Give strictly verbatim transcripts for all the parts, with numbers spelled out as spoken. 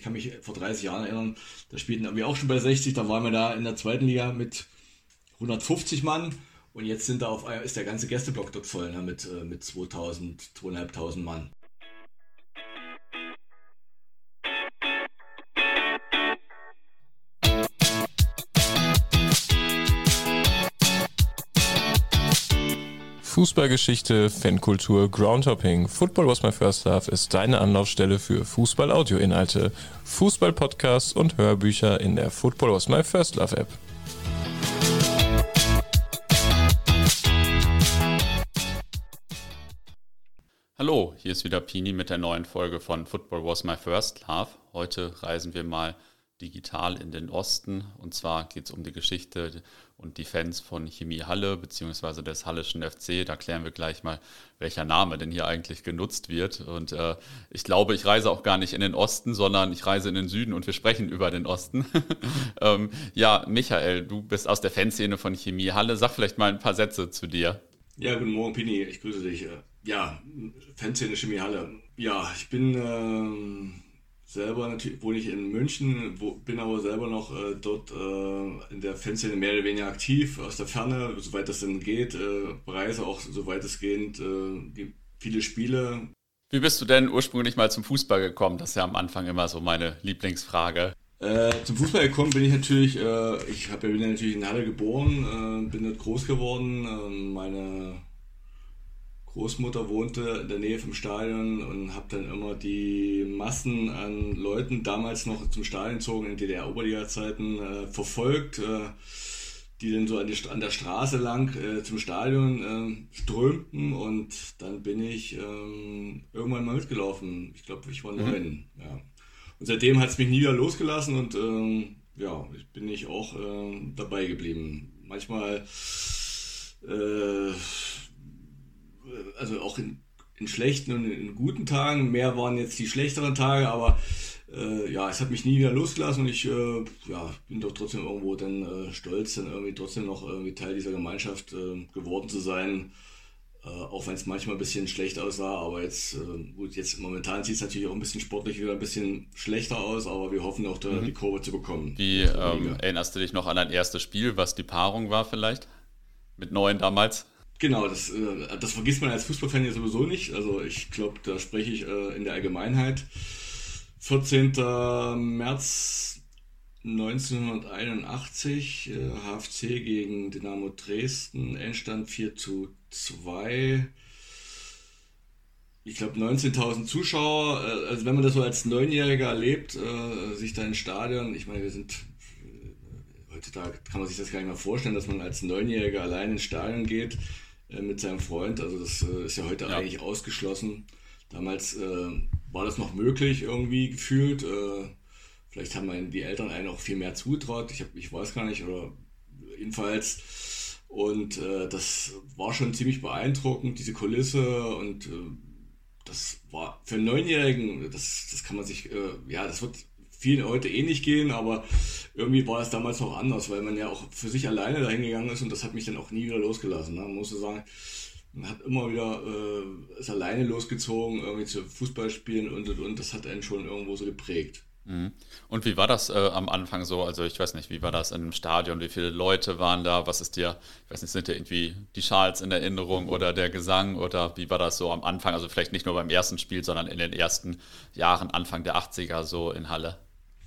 kann mich vor dreißig Jahren erinnern, da spielten wir auch schon bei sechzig, da waren wir da in der zweiten Liga mit hundertfünfzig Mann und jetzt sind da auf, ist der ganze Gästeblock dort voll, ne, mit, mit zweitausend, zweitausendfünfhundert Mann. Fußballgeschichte, Fankultur, Groundhopping. Football was my first love ist deine Anlaufstelle für Fußball-Audio-Inhalte, Fußball-Podcasts und Hörbücher in der Football was my first love App. Hallo, hier ist wieder Pini mit der neuen Folge von Football was my first love. Heute reisen wir mal digital in den Osten, und zwar geht es um die Geschichte und die Fans von Chemie Halle bzw. des Halleschen F C. Da klären wir gleich mal, welcher Name denn hier eigentlich genutzt wird. Und äh, ich glaube, ich reise auch gar nicht in den Osten, sondern ich reise in den Süden und wir sprechen über den Osten. ähm, ja, Michael, du bist aus der Fanszene von Chemie Halle. Sag vielleicht mal ein paar Sätze zu dir. Ja, guten Morgen, Pini. Ich grüße dich. Ja, Fanszene Chemie Halle. Ja, ich bin... Ähm Selber natürlich wohne ich in München, wo, bin aber selber noch äh, dort äh, in der Fanszene mehr oder weniger aktiv, aus der Ferne, soweit das denn geht, äh, bereise auch soweit es geht, äh, die, viele Spiele. Wie bist du denn ursprünglich mal zum Fußball gekommen? Das ist ja am Anfang immer so meine Lieblingsfrage. Äh, zum Fußball gekommen bin ich natürlich, äh, ich hab, bin ja natürlich in Halle geboren, äh, bin dort groß geworden, äh, meine Großmutter wohnte in der Nähe vom Stadion und habe dann immer die Massen an Leuten damals noch zum Stadion zogen in D D R-Oberliga-Zeiten äh, verfolgt, äh, die dann so an, die, an der Straße lang äh, zum Stadion äh, strömten, und dann bin ich äh, irgendwann mal mitgelaufen. Ich glaube, ich war neun. Mhm. Ja. Und seitdem hat es mich nie wieder losgelassen und äh, ja, ich bin ich auch äh, dabei geblieben. Manchmal äh, also auch in, in schlechten und in guten Tagen, mehr waren jetzt die schlechteren Tage, aber äh, ja, es hat mich nie wieder losgelassen und ich äh, ja, bin doch trotzdem irgendwo dann äh, stolz, dann irgendwie trotzdem noch irgendwie Teil dieser Gemeinschaft äh, geworden zu sein, äh, auch wenn es manchmal ein bisschen schlecht aussah, aber jetzt, äh, gut, jetzt momentan sieht es natürlich auch ein bisschen sportlich wieder ein bisschen schlechter aus, aber wir hoffen auch da mhm. die Kurve zu bekommen. Wie ähm, erinnerst du dich noch an dein erstes Spiel, was die Paarung war vielleicht? Mit neun damals? Genau, das, das vergisst man als Fußballfan ja sowieso nicht. Also ich glaube, da spreche ich in der Allgemeinheit. vierzehnten März neunzehnhunderteinundachtzig, H F C gegen Dynamo Dresden, Endstand vier zu zwei. Ich glaube neunzehntausend Zuschauer. Also wenn man das so als Neunjähriger erlebt, sich da im Stadion, ich meine, wir sind... Heutzutage kann man sich das gar nicht mehr vorstellen, dass man als Neunjähriger allein ins Stadion geht äh, mit seinem Freund. Also das äh, ist ja heute ja. eigentlich ausgeschlossen. Damals äh, war das noch möglich irgendwie gefühlt. Äh, vielleicht haben einen die Eltern einen auch viel mehr zugetraut. Ich, hab, ich weiß gar nicht, oder jedenfalls. Und äh, das war schon ziemlich beeindruckend, diese Kulisse. Und äh, das war für einen Neunjährigen, das, das kann man sich, äh, ja, das wird vielen heute ähnlich gehen, aber irgendwie war es damals noch anders, weil man ja auch für sich alleine dahin gegangen ist und das hat mich dann auch nie wieder losgelassen. Ne? Man muss so sagen, man hat immer wieder äh, ist alleine losgezogen, irgendwie zu Fußball spielen und und und, das hat einen schon irgendwo so geprägt. Und wie war das äh, am Anfang so? Also ich weiß nicht, wie war das in einem Stadion? Wie viele Leute waren da? Was ist dir, ich weiß nicht, sind dir irgendwie die Schals in Erinnerung oder der Gesang oder wie war das so am Anfang? Also vielleicht nicht nur beim ersten Spiel, sondern in den ersten Jahren, Anfang der achtziger so in Halle.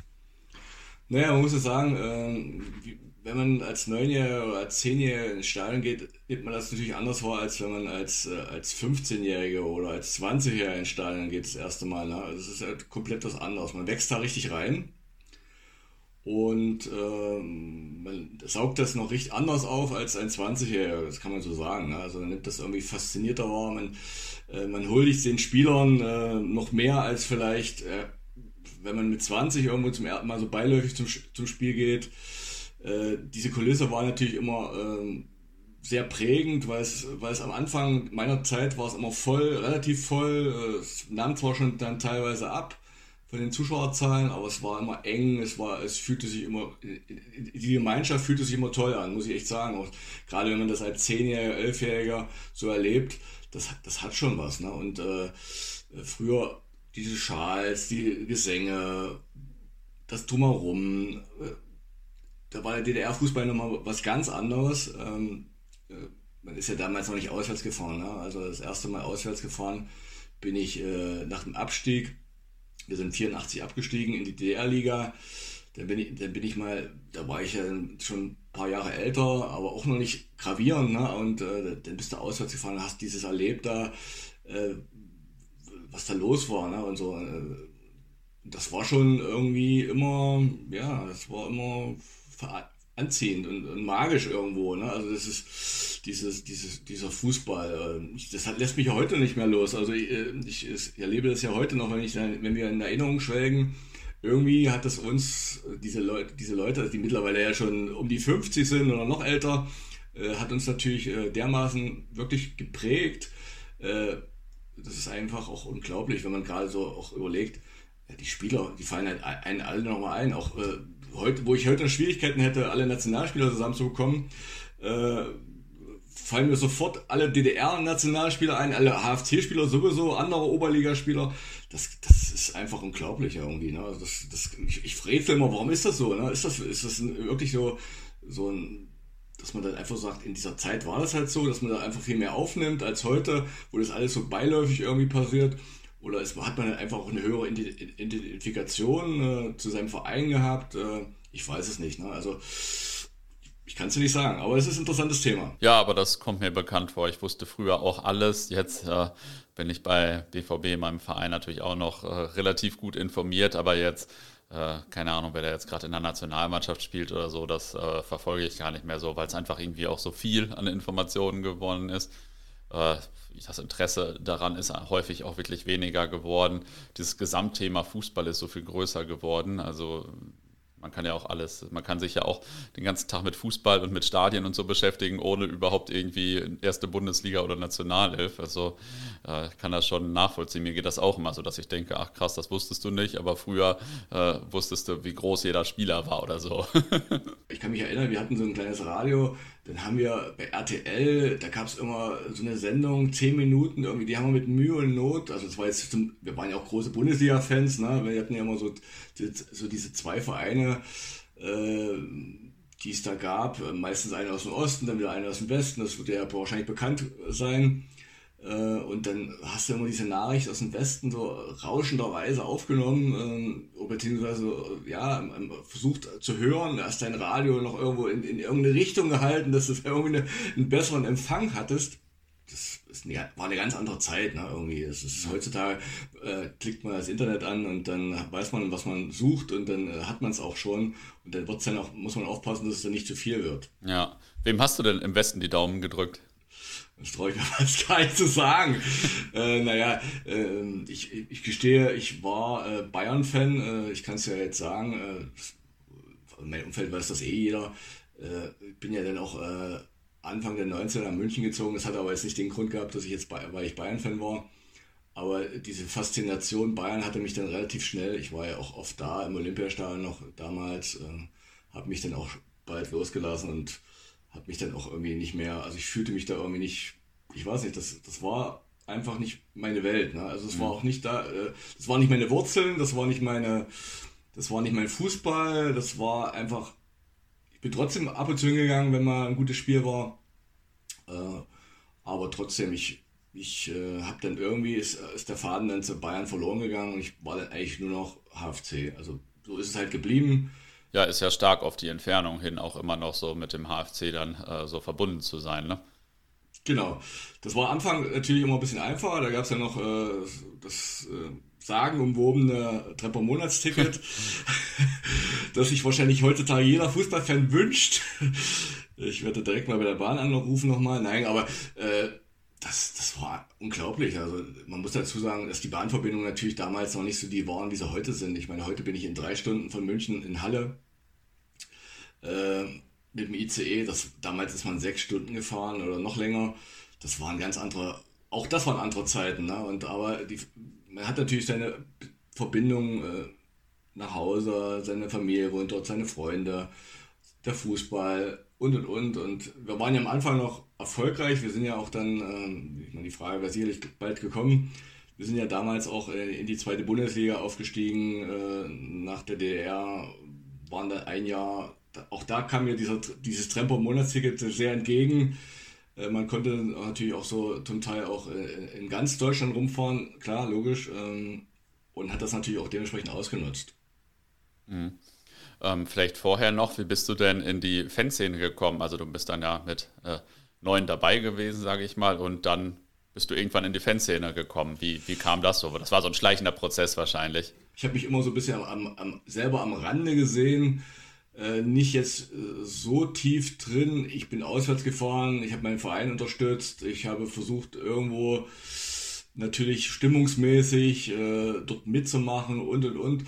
Naja, man muss es sagen, äh, wenn man als Neunjähriger oder als Zehnjähriger ins Stadion geht, nimmt man das natürlich anders vor, als wenn man als, äh, als fünfzehnjähriger oder als zwanzigjähriger ins Stadion geht das erste Mal. Ne? Also das ist halt komplett was anderes. Man wächst da richtig rein und ähm, man saugt das noch richtig anders auf als ein zwanzigjähriger, das kann man so sagen. Ne? Also man nimmt das irgendwie faszinierter wahr, man, äh, man huldigt den Spielern äh, noch mehr als vielleicht... Äh, wenn man mit zwanzig irgendwo zum ersten Mal so beiläufig zum, zum Spiel geht. Äh, diese Kulisse war natürlich immer äh, sehr prägend, weil es, weil es am Anfang meiner Zeit war es immer voll, relativ voll. Äh, es nahm zwar schon dann teilweise ab von den Zuschauerzahlen, aber es war immer eng, es war, es fühlte sich immer, die Gemeinschaft fühlte sich immer toll an, muss ich echt sagen. Auch gerade wenn man das als Zehnjähriger, Elfjähriger so erlebt, das, das hat schon was. Ne? Und äh, früher diese Schals, die Gesänge, das Drumherum, äh, da war der D D R-Fußball nochmal was ganz anderes. Ähm, äh, man ist ja damals noch nicht auswärts gefahren. Ne? Also das erste Mal auswärts gefahren bin ich äh, nach dem Abstieg. Wir sind vierundachtzig abgestiegen in die D D R-Liga. Dann bin ich, dann bin ich mal, da war ich ja schon ein paar Jahre älter, aber auch noch nicht gravierend. Ne? Und äh, dann bist du auswärts gefahren, hast dieses erlebt da, äh, was da los war. Ne? Und so, äh, das war schon irgendwie immer, ja, das war immer anziehend und, und magisch irgendwo. Ne? Also das ist dieses, dieses, dieser Fußball, äh, das hat, lässt mich ja heute nicht mehr los. Also ich, ich, ich erlebe das ja heute noch, wenn ich, wenn wir in Erinnerung schwelgen. Irgendwie hat es uns, diese Leute, diese Leute, die mittlerweile ja schon um die fünfzig sind oder noch älter, äh, hat uns natürlich äh, dermaßen wirklich geprägt. Äh, das ist einfach auch unglaublich, wenn man gerade so auch überlegt, ja, die Spieler, die fallen halt einen alle nochmal ein. Auch äh, heute, wo ich heute Schwierigkeiten hätte, alle Nationalspieler zusammenzubekommen, äh, fallen mir sofort alle D D R-Nationalspieler ein, alle H F C-Spieler sowieso, andere Oberligaspieler. Das, das ist einfach unglaublich irgendwie. Ne? Das, das, ich, ich rätsel immer, warum ist das so? Ne? Ist das, ist das wirklich so, so ein, dass man dann einfach sagt, in dieser Zeit war das halt so, dass man da einfach viel mehr aufnimmt als heute, wo das alles so beiläufig irgendwie passiert? Oder ist, hat man dann einfach auch eine höhere Identifikation äh, zu seinem Verein gehabt? Äh, ich weiß es nicht. Ne? Also ich kann es dir nicht sagen, aber es ist ein interessantes Thema. Ja, aber das kommt mir bekannt vor. Ich wusste früher auch alles. Jetzt äh, bin ich bei B V B, meinem Verein, natürlich auch noch äh, relativ gut informiert. Aber jetzt, äh, keine Ahnung, wer da jetzt gerade in der Nationalmannschaft spielt oder so, das äh, verfolge ich gar nicht mehr so, weil es einfach irgendwie auch so viel an Informationen gewonnen ist. Äh, das Interesse daran ist häufig auch wirklich weniger geworden. Dieses Gesamtthema Fußball ist so viel größer geworden. Also man kann ja auch alles, man kann sich ja auch den ganzen Tag mit Fußball und mit Stadien und so beschäftigen, ohne überhaupt irgendwie erste Bundesliga oder Nationalelf. Also äh, ich kann das schon nachvollziehen. Mir geht das auch immer so, dass ich denke, ach krass, das wusstest du nicht, aber früher äh, wusstest du, wie groß jeder Spieler war oder so. Ich kann mich erinnern, wir hatten so ein kleines Radio, dann haben wir bei R T L, da gab es immer so eine Sendung, zehn Minuten irgendwie, die haben wir mit Mühe und Not, also das war jetzt, zum, wir waren ja auch große Bundesliga-Fans, ne? Wir hatten ja immer so, so diese zwei Vereine, äh, die es da gab, meistens einer aus dem Osten, dann wieder einer aus dem Westen, das wird ja wahrscheinlich bekannt sein. Und dann hast du immer diese Nachricht aus dem Westen so rauschenderweise aufgenommen, äh, beziehungsweise ja, versucht zu hören, hast dein Radio noch irgendwo in, in irgendeine Richtung gehalten, dass du irgendwie eine, einen besseren Empfang hattest. Das ist eine, war eine ganz andere Zeit, ne, irgendwie. Es ist heutzutage, äh, klickt man das Internet an und dann weiß man, was man sucht und dann äh, hat man es auch schon und dann wird's dann auch, muss man aufpassen, dass es dann nicht zu viel wird. Ja. Wem hast du denn im Westen die Daumen gedrückt? Das traue ich mir fast gar nicht zu sagen. äh, naja, äh, ich, ich gestehe, ich war äh, Bayern-Fan. Äh, ich kann es ja jetzt sagen. Äh, mein Umfeld weiß das eh jeder. Äh, ich bin ja dann auch äh, Anfang der neunziger nach München gezogen. Das hat aber jetzt nicht den Grund gehabt, dass ich jetzt, weil ich Bayern-Fan war. Aber diese Faszination Bayern hatte mich dann relativ schnell. Ich war ja auch oft da im Olympiastadion noch damals. Äh, habe mich dann auch bald losgelassen und habe mich dann auch irgendwie nicht mehr, also ich fühlte mich da irgendwie nicht, ich weiß nicht, das, das war einfach nicht meine Welt, ne? Also es war auch nicht da, äh, das waren nicht meine Wurzeln, das war nicht meine, das war nicht mein Fußball, das war einfach, ich bin trotzdem ab und zu hingegangen, wenn mal ein gutes Spiel war, äh, aber trotzdem, ich, ich äh, habe dann irgendwie, ist, ist der Faden dann zu Bayern verloren gegangen und ich war dann eigentlich nur noch H F C, also so ist es halt geblieben. Ja, ist ja stark auf die Entfernung hin auch immer noch so mit dem H F C dann äh, so verbunden zu sein, ne? Genau. Das war am Anfang natürlich immer ein bisschen einfacher. Da gab es ja noch äh, das äh, sagenumwobene Trepper-Monatsticket, das sich wahrscheinlich heutzutage jeder Fußballfan wünscht. Ich werde direkt mal bei der Bahn anrufen nochmal. Nein, aber äh, das, das war unglaublich. Also man muss dazu sagen, dass die Bahnverbindungen natürlich damals noch nicht so die waren, wie sie heute sind. Ich meine, heute bin ich in drei Stunden von München in Halle äh, mit dem I C E. Das, damals ist man sechs Stunden gefahren oder noch länger. Das waren ganz andere, auch das waren andere Zeiten. Ne? Und aber die, man hat natürlich seine Verbindung äh, nach Hause, seine Familie wohnt dort, seine Freunde, der Fußball und und und. Und wir waren ja am Anfang noch erfolgreich. Wir sind ja auch dann, äh, ich meine, die Frage wäre sicherlich bald gekommen, Wir sind ja damals auch in die zweite Bundesliga aufgestiegen. Nach der D D R waren da ein Jahr, auch da kam mir dieser, dieses Tremper-Monatsticket sehr entgegen. Man konnte natürlich auch so zum Teil auch in ganz Deutschland rumfahren, klar, logisch, und hat das natürlich auch dementsprechend ausgenutzt. Mhm. Ähm, vielleicht vorher noch, wie bist du denn in die Fanszene gekommen? Also du bist dann ja mit äh, neun dabei gewesen, sage ich mal, und dann bist du irgendwann in die Fanszene gekommen. Wie, wie kam das so? Das war so ein schleichender Prozess wahrscheinlich. Ich habe mich immer so ein bisschen am, am, selber am Rande gesehen, äh, nicht jetzt äh, so tief drin. Ich bin auswärts gefahren, ich habe meinen Verein unterstützt, ich habe versucht irgendwo natürlich stimmungsmäßig äh, dort mitzumachen und und und.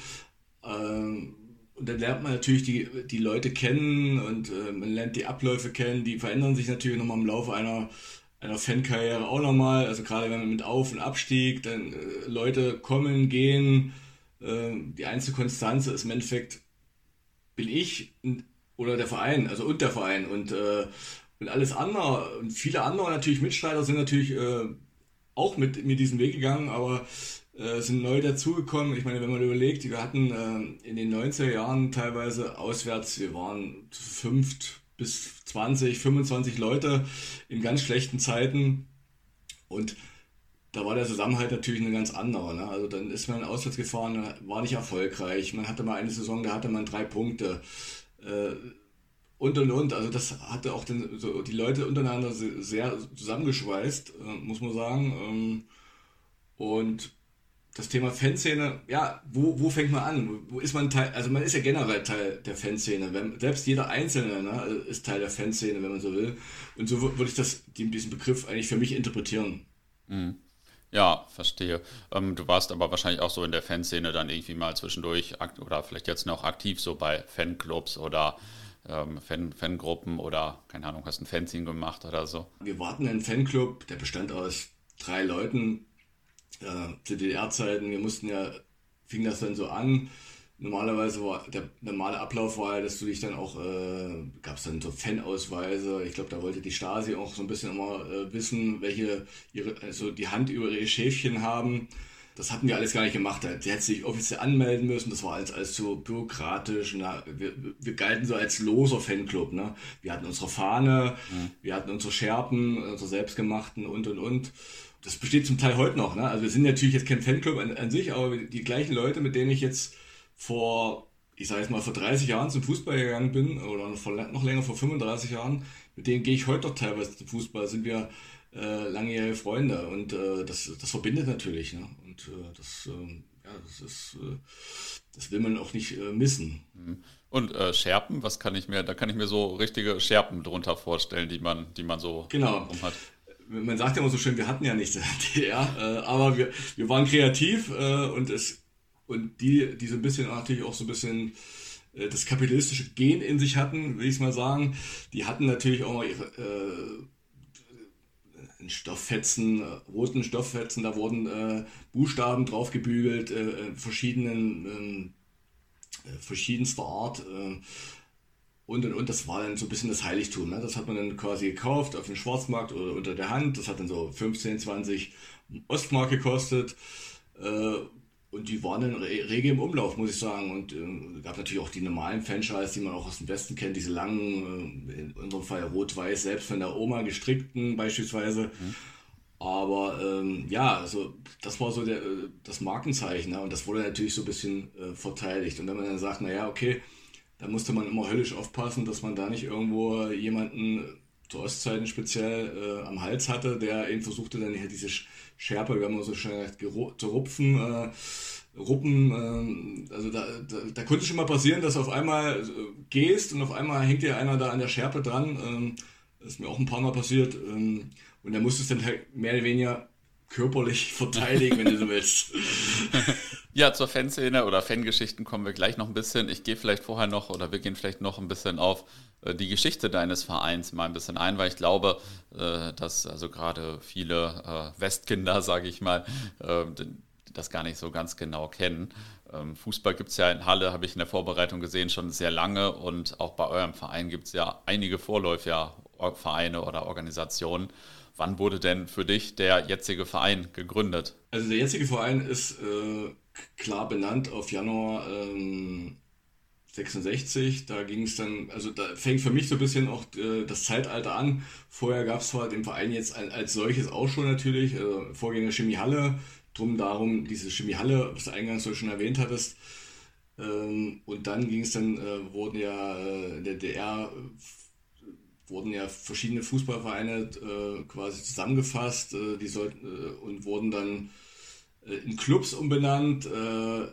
Ähm, und dann lernt man natürlich die, die Leute kennen und äh, man lernt die Abläufe kennen, die verändern sich natürlich nochmal im Laufe einer einer Fankarriere auch nochmal, also gerade wenn man mit Auf- und Abstieg, dann äh, Leute kommen, gehen, äh, die einzige Konstanz ist im Endeffekt, bin ich oder der Verein, also und der Verein und, äh, und alles andere und viele andere natürlich Mitstreiter sind natürlich äh, auch mit mir diesen Weg gegangen, aber äh, sind neu dazugekommen. Ich meine, wenn man überlegt, wir hatten äh, in den neunziger Jahren teilweise auswärts, wir waren zu fünft bis zwanzig, fünfundzwanzig Leute in ganz schlechten Zeiten und da war der Zusammenhalt natürlich eine ganz andere. Ne? Also dann ist man auswärts gefahren, war nicht erfolgreich, man hatte mal eine Saison, da hatte man drei Punkte äh, und und und. Also das hatte auch den, so die Leute untereinander sehr zusammengeschweißt, äh, muss man sagen. Ähm, und das Thema Fanszene, ja, wo, wo fängt man an? Wo ist man Teil, also man ist ja generell Teil der Fanszene. Wenn, selbst jeder Einzelne, ne, ist Teil der Fanszene, wenn man so will. Und so würde ich das, diesen Begriff eigentlich für mich interpretieren. Mhm. Ja, verstehe. Ähm, du warst aber wahrscheinlich auch so in der Fanszene dann irgendwie mal zwischendurch akt- oder vielleicht jetzt noch aktiv so bei Fanclubs oder ähm, Fan, Fangruppen oder, keine Ahnung, hast ein Fanzine gemacht oder so. Wir warten einen Fanclub, der bestand aus drei Leuten. Äh, zu D D R-Zeiten, wir mussten ja, fing das dann so an. Normalerweise war der normale Ablauf war ja, dass du dich dann auch, äh, gab es dann so Fanausweise. Ich glaube, da wollte die Stasi auch so ein bisschen immer äh, wissen, welche ihre, also die Hand über ihre Schäfchen haben. Das hatten wir alles gar nicht gemacht. Die hätte sich offiziell anmelden müssen. Das war alles, alles so bürokratisch. Na, wir, wir galten so als loser Fanclub. Ne? Wir hatten unsere Fahne, mhm. wir hatten unsere Scherpen, unsere selbstgemachten und und und. Das besteht zum Teil heute noch. Ne? Also wir sind natürlich jetzt kein Fanclub an, an sich, aber die gleichen Leute, mit denen ich jetzt vor, ich sage jetzt mal, vor dreißig Jahren zum Fußball gegangen bin, oder vor, noch länger, vor fünfunddreißig Jahren, mit denen gehe ich heute noch teilweise zum Fußball, sind wir äh, langjährige Freunde und äh, das, das verbindet natürlich. Ne? Und äh, das, äh, ja, das, ist, äh, das will man auch nicht äh, missen. Und äh, Scherpen, was kann ich mir, da kann ich mir so richtige Scherpen drunter vorstellen, die man, die man so genau. hat. Man sagt ja immer so schön, wir hatten ja nichts in der D D R, äh, aber wir, wir waren kreativ äh, und es und die, die so ein bisschen natürlich auch so ein bisschen äh, das kapitalistische Gen in sich hatten, will ich es mal sagen, die hatten natürlich auch mal ihre äh, Stofffetzen, äh, roten Stofffetzen, da wurden äh, Buchstaben drauf gebügelt, äh, verschiedenen, äh, verschiedenster Art. Äh, Und, und, und das war dann so ein bisschen das Heiligtum. Ne? Das hat man dann quasi gekauft auf dem Schwarzmarkt oder unter der Hand. Das hat dann so fünfzehn, zwanzig Ostmark gekostet. Äh, und die waren dann re- rege im Umlauf, muss ich sagen. Und äh, gab natürlich auch die normalen Franchise, die man auch aus dem Westen kennt, diese langen, äh, in unserem Fall rot-weiß, selbst von der Oma gestrickten beispielsweise. Mhm. Aber ähm, ja, also das war so der, das Markenzeichen. Ne? Und das wurde natürlich so ein bisschen äh, verteidigt. Und wenn man dann sagt, naja, okay, da musste man immer höllisch aufpassen, dass man da nicht irgendwo jemanden, zu Ostzeiten speziell, äh, am Hals hatte, der eben versuchte, dann hier diese Schärpe, wie man so schön sagt, zu rupfen, äh, ruppen. Äh, also da, da, da konnte schon mal passieren, dass du auf einmal gehst und auf einmal hängt dir einer da an der Schärpe dran. Ähm, das ist mir auch ein paar Mal passiert. Ähm, und dann musstest du dann halt mehr oder weniger körperlich verteidigen, wenn du so willst. Ja, zur Fanszene oder Fangeschichten kommen wir gleich noch ein bisschen. Ich gehe vielleicht vorher noch oder wir gehen vielleicht noch ein bisschen auf äh, die Geschichte deines Vereins mal ein bisschen ein, weil ich glaube, äh, dass also gerade viele äh, Westkinder, sage ich mal, äh, das gar nicht so ganz genau kennen. Ähm, Fußball gibt es ja in Halle, habe ich in der Vorbereitung gesehen, schon sehr lange und auch bei eurem Verein gibt es ja einige Vorläufer, Vereine oder Organisationen. Wann wurde denn für dich der jetzige Verein gegründet? Also der jetzige Verein ist äh, klar benannt auf Januar ähm, sechsundsechzig. Da ging es dann, also da fängt für mich so ein bisschen auch äh, das Zeitalter an. Vorher gab es zwar den Verein jetzt ein, als solches auch schon natürlich, äh, Vorgänger Chemiehalle, drum darum diese Chemiehalle, was du eingangs so schon erwähnt hattest. Ähm, und dann ging es dann, äh, wurden ja äh, in der D D R wurden ja verschiedene Fußballvereine äh, quasi zusammengefasst, äh, die sollten äh, und wurden dann äh, in Clubs umbenannt, äh,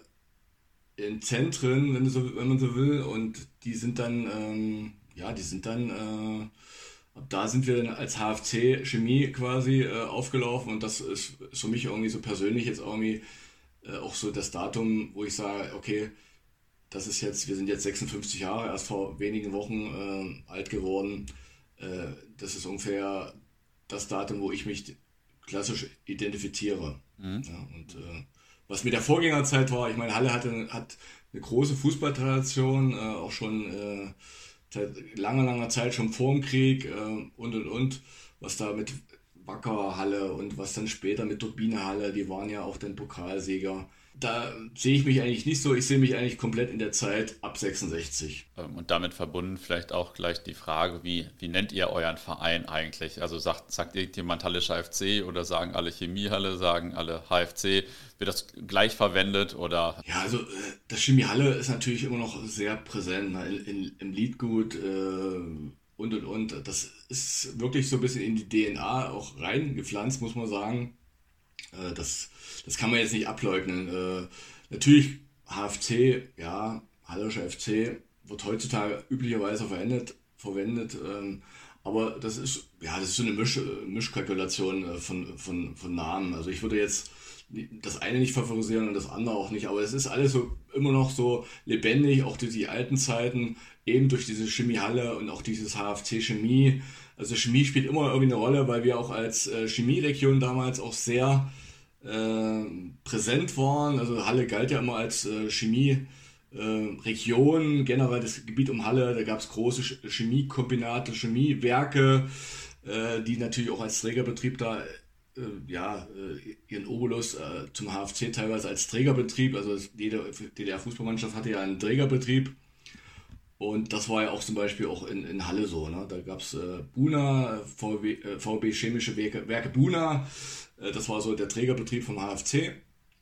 in Zentren, wenn, du so, wenn man so will, und die sind dann, ähm, ja, die sind dann, äh, ab da sind wir dann als H F C Chemie quasi äh, aufgelaufen, und das ist, ist für mich irgendwie so persönlich jetzt irgendwie äh, auch so das Datum, wo ich sage, okay, das ist jetzt, wir sind jetzt sechsundfünfzig Jahre, erst vor wenigen Wochen äh, alt geworden. Äh, das ist ungefähr das Datum, wo ich mich klassisch identifiziere. Mhm. Ja, und äh, was mit der Vorgängerzeit war, ich meine, Halle hatte, hat eine große Fußballtradition, äh, auch schon äh, seit langer, langer Zeit, schon vor dem Krieg äh, und und und, was da mit Wacker Halle und was dann später mit Turbine Halle, die waren ja auch dann Pokalsieger. Da sehe ich mich eigentlich nicht so, ich sehe mich eigentlich komplett in der Zeit ab sechsundsechzig. Und damit verbunden vielleicht auch gleich die Frage, wie, wie nennt ihr euren Verein eigentlich? Also sagt, sagt irgendjemand Hallischer F C oder sagen alle Chemiehalle, sagen alle H F C? Wird das gleich verwendet oder? Ja, also das Chemiehalle ist natürlich immer noch sehr präsent, ne? in, in, im Liedgut äh, und und und. Das ist wirklich so ein bisschen in die D N A auch reingepflanzt, muss man sagen. Äh, das Das kann man jetzt nicht ableugnen. Äh, natürlich H F C, ja, Hallischer F C wird heutzutage üblicherweise verwendet, verwendet ähm, aber das ist, ja, das ist so eine Misch, Mischkalkulation äh, von, von, von Namen. Also ich würde jetzt das eine nicht favorisieren und das andere auch nicht, aber es ist alles so immer noch so lebendig, auch durch die alten Zeiten, eben durch diese Chemiehalle und auch dieses H F C Chemie. Also Chemie spielt immer irgendwie eine Rolle, weil wir auch als äh, Chemieregion damals auch sehr Äh, präsent waren. Also Halle galt ja immer als äh, Chemie-Region, äh, generell das Gebiet um Halle, da gab es große Chemiekombinate, Chemiewerke, äh, die natürlich auch als Trägerbetrieb da äh, ja, äh, ihren Obolus äh, zum H F C teilweise als Trägerbetrieb, also jede D D R-Fußballmannschaft hatte ja einen Trägerbetrieb, und das war ja auch zum Beispiel auch in, in Halle so, ne? Da gab es äh, Buna, VW, äh, VB Chemische Werke, Werke Buna. Das war so der Trägerbetrieb vom H F C.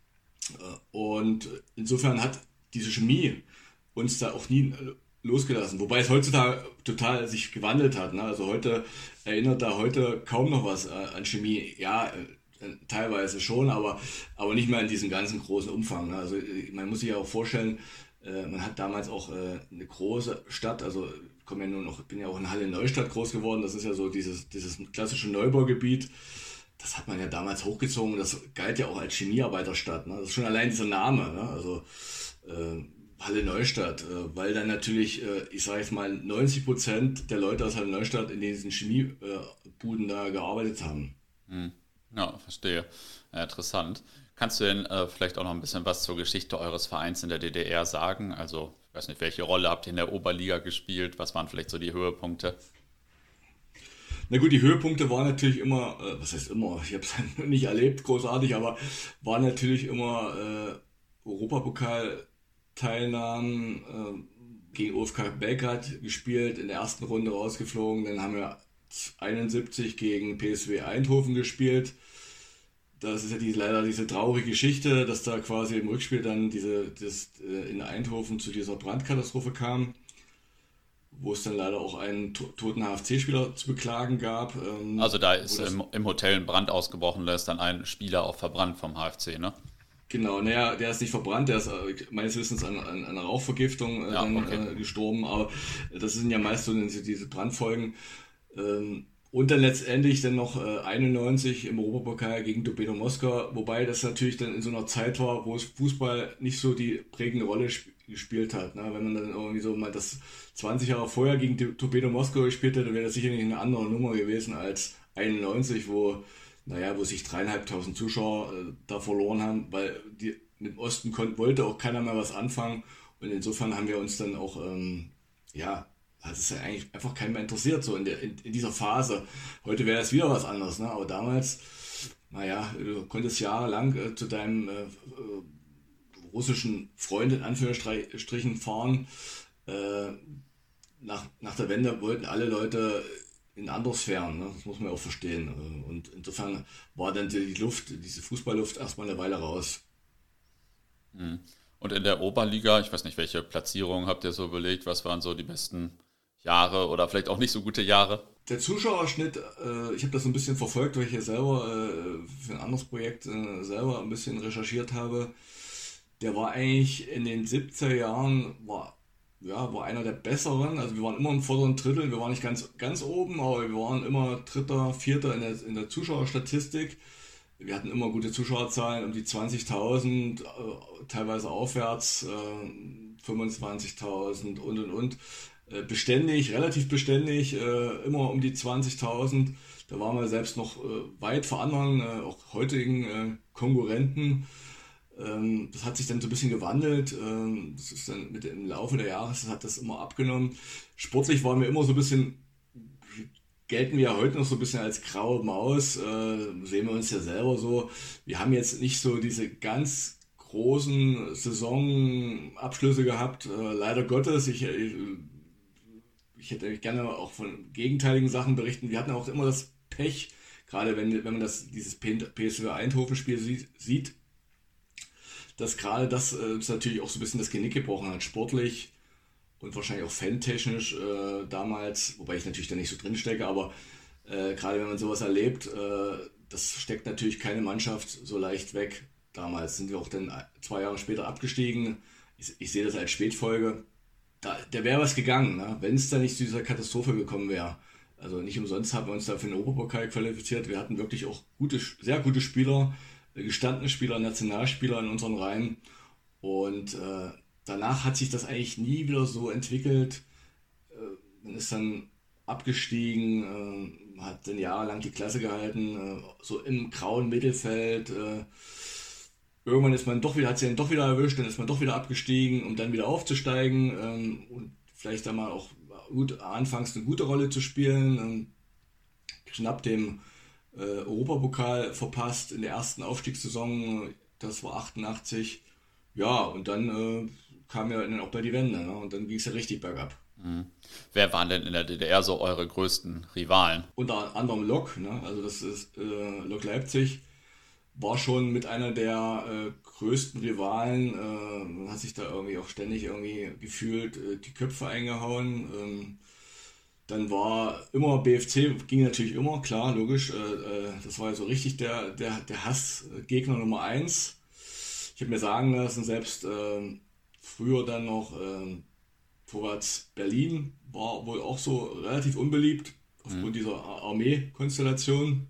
Und insofern hat diese Chemie uns da auch nie losgelassen. Wobei es heutzutage total sich gewandelt hat. Ne? Also heute erinnert da heute kaum noch was an Chemie. Ja, teilweise schon, aber, aber nicht mehr in diesem ganzen großen Umfang. Ne? Also man muss sich ja auch vorstellen, man hat damals auch eine große Stadt, also ich komme ja nur noch, bin ja auch in Halle-Neustadt groß geworden. Das ist ja so dieses, dieses klassische Neubaugebiet. Das hat man ja damals hochgezogen, das galt ja auch als Chemiearbeiterstadt. Ne? Das ist schon allein dieser Name, ne? Also äh, Halle Neustadt, äh, weil dann natürlich, äh, ich sage jetzt mal, neunzig Prozent der Leute aus Halle Neustadt in diesen Chemiebuden äh, da gearbeitet haben. Hm. Ja, verstehe. Ja, interessant. Kannst du denn äh, vielleicht auch noch ein bisschen was zur Geschichte eures Vereins in der D D R sagen? Also, ich weiß nicht, welche Rolle habt ihr in der Oberliga gespielt? Was waren vielleicht so die Höhepunkte? Na gut, die Höhepunkte waren natürlich immer, äh, was heißt immer, ich habe es nicht erlebt, großartig, aber waren natürlich immer äh, Europapokal-Teilnahmen äh, gegen O F K Belgrad gespielt, in der ersten Runde rausgeflogen, dann haben wir einundsiebzig gegen P S V Eindhoven gespielt. Das ist ja die, leider diese traurige Geschichte, dass da quasi im Rückspiel dann diese, das, äh, in Eindhoven zu dieser Brandkatastrophe kam, wo es dann leider auch einen to- toten H F C-Spieler zu beklagen gab. Ähm, also da ist im, im Hotel ein Brand ausgebrochen, da ist dann ein Spieler auch verbrannt vom H F C, ne? Genau, naja, der ist nicht verbrannt, der ist äh, meines Wissens an, an, an einer Rauchvergiftung äh, ja, dann okay. äh, gestorben, aber das sind ja meist so diese, diese Brandfolgen. Ähm, und dann letztendlich dann noch äh, einundneunzig im Europapokal gegen Torpedo Moskau, wobei das natürlich dann in so einer Zeit war, wo es Fußball nicht so die prägende Rolle sp- gespielt hat. Ne? Wenn man dann irgendwie so mal das zwanzig Jahre vorher gegen die Torpedo Moskau gespielt hätte, wäre das sicherlich eine andere Nummer gewesen als einundneunzig, wo, naja, wo sich dreieinhalbtausend Zuschauer äh, da verloren haben, weil die, mit dem Osten kon- wollte auch keiner mehr was anfangen, und insofern haben wir uns dann auch, ähm, ja, hat es ja eigentlich einfach keinen mehr interessiert, so in, der, in, in dieser Phase. Heute wäre es wieder was anderes, ne? Aber damals, naja, du konntest jahrelang äh, zu deinem äh, äh, russischen Freund in Anführungsstrichen fahren. Äh, nach, nach der Wende wollten alle Leute in andere Sphären, ne? Das muss man auch verstehen. Und insofern war dann die Luft, diese Fußballluft erstmal eine Weile raus. Und in der Oberliga, ich weiß nicht, welche Platzierung habt ihr so überlegt, was waren so die besten Jahre oder vielleicht auch nicht so gute Jahre? Der Zuschauerschnitt, äh, ich habe das so ein bisschen verfolgt, weil ich ja selber äh, für ein anderes Projekt äh, selber ein bisschen recherchiert habe. Der war eigentlich in den siebziger Jahren, war Ja, war einer der besseren. Also wir waren immer im vorderen Drittel. Wir waren nicht ganz, ganz oben, aber wir waren immer Dritter, Vierter in der, in der Zuschauerstatistik. Wir hatten immer gute Zuschauerzahlen, um die zwanzigtausend, äh, teilweise aufwärts, äh, fünfundzwanzigtausend und und und. Äh, beständig, relativ beständig, äh, immer um die zwanzigtausend. Da waren wir selbst noch äh, weit vor anderen, äh, auch heutigen äh, Konkurrenten. Das hat sich dann so ein bisschen gewandelt. Das ist dann mit im Laufe der Jahre hat das immer abgenommen. Sportlich waren wir immer so ein bisschen, gelten wir ja heute noch so ein bisschen als graue Maus. Sehen wir uns ja selber so. Wir haben jetzt nicht so diese ganz großen Saisonabschlüsse gehabt. Leider Gottes. Ich, ich hätte gerne auch von gegenteiligen Sachen berichten. Wir hatten auch immer das Pech, gerade wenn, wenn man das, dieses P S V Eindhoven-Spiel sieht, sieht dass gerade das äh, ist natürlich auch so ein bisschen das Genick gebrochen hat, sportlich und wahrscheinlich auch fantechnisch äh, damals, wobei ich natürlich da nicht so drin stecke, aber äh, gerade wenn man sowas erlebt, äh, das steckt natürlich keine Mannschaft so leicht weg. Damals sind wir auch dann zwei Jahre später abgestiegen. Ich, ich sehe das als Spätfolge. Da, da wäre was gegangen, ne? Wenn es da nicht zu dieser Katastrophe gekommen wäre. Also nicht umsonst haben wir uns da für den Europapokal qualifiziert. Wir hatten wirklich auch gute, sehr gute Spieler, gestandene Spieler, Nationalspieler in unseren Reihen und äh, danach hat sich das eigentlich nie wieder so entwickelt. Äh, man ist dann abgestiegen, äh, hat dann jahrelang die Klasse gehalten, äh, so im grauen Mittelfeld. Äh, irgendwann ist man doch wieder, hat sie dann doch wieder erwischt, dann ist man doch wieder abgestiegen, um dann wieder aufzusteigen ähm, und vielleicht dann mal auch gut anfangs eine gute Rolle zu spielen. Ähm, knapp dem Äh, Europapokal verpasst in der ersten Aufstiegssaison, das war achtundachtzig. Ja, und dann äh, kam ja dann auch bei die Wende, ne? Und dann ging es ja richtig bergab. Mhm. Wer waren denn in der D D R so eure größten Rivalen? Unter anderem Lok, ne? Also das ist äh, Lok Leipzig, war schon mit einer der äh, größten Rivalen, äh, hat sich da irgendwie auch ständig irgendwie gefühlt äh, die Köpfe eingehauen. Ähm, Dann war immer B F C, ging natürlich immer, klar, logisch. Äh, das war ja so richtig der, der, der Hassgegner Nummer eins. Ich habe mir sagen lassen, selbst äh, früher dann noch äh, Vorwärts Berlin war wohl auch so relativ unbeliebt aufgrund mhm. dieser Armee-Konstellation.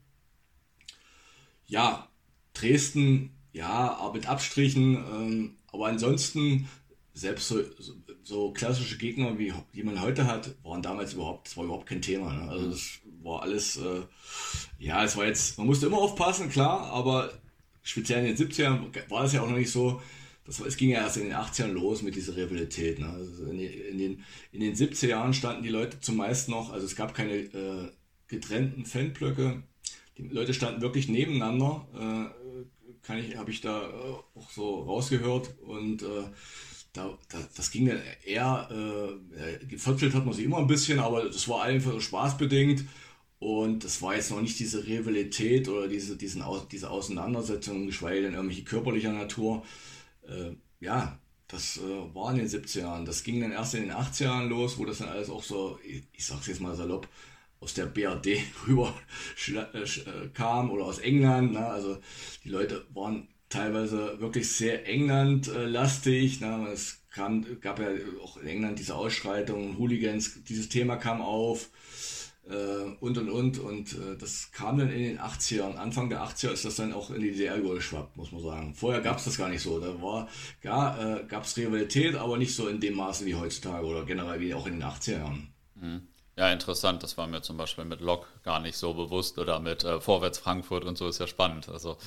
Ja, Dresden, ja, aber mit Abstrichen. Äh, aber ansonsten, selbst so, so So klassische Gegner, wie die man heute hat, waren damals überhaupt, das war überhaupt kein Thema. Ne? Also das war alles, äh, ja, es war jetzt, man musste immer aufpassen, klar, aber speziell in den siebzigern war das ja auch noch nicht so, das, es ging ja erst in den achtzigern los mit dieser Rivalität. Ne? Also in, den, in, den, in den siebziger Jahren standen die Leute zumeist noch, also es gab keine äh, getrennten Fanblöcke, die Leute standen wirklich nebeneinander, äh, kann ich, habe ich da äh, auch so rausgehört und äh, Da, da, das ging dann eher, äh, geviertelt hat man sich immer ein bisschen, aber das war einfach so spaßbedingt und das war jetzt noch nicht diese Rivalität oder diese, diesen, diese Auseinandersetzung, geschweige denn irgendwelche körperlicher Natur. Äh, ja, das äh, war in den siebziger Jahren. Das ging dann erst in den achtziger Jahren los, wo das dann alles auch so, ich, ich sag's jetzt mal salopp, aus der B R D rüber äh, kam oder aus England. Ne? Also die Leute waren teilweise wirklich sehr England-lastig. Ne? Es kam, gab ja auch in England diese Ausschreitungen, Hooligans, dieses Thema kam auf äh, und und und und äh, das kam dann in den achtzigern. Anfang der achtziger ist das dann auch in die D D R übergeschwappt, muss man sagen. Vorher gab es das gar nicht so. Da war, ja, äh, gab es Rivalität, aber nicht so in dem Maße wie heutzutage oder generell wie auch in den achtziger Jahren. Mhm. Ja, interessant. Das war mir zum Beispiel mit Lok gar nicht so bewusst oder mit äh, Vorwärts Frankfurt und so, ist ja spannend. Also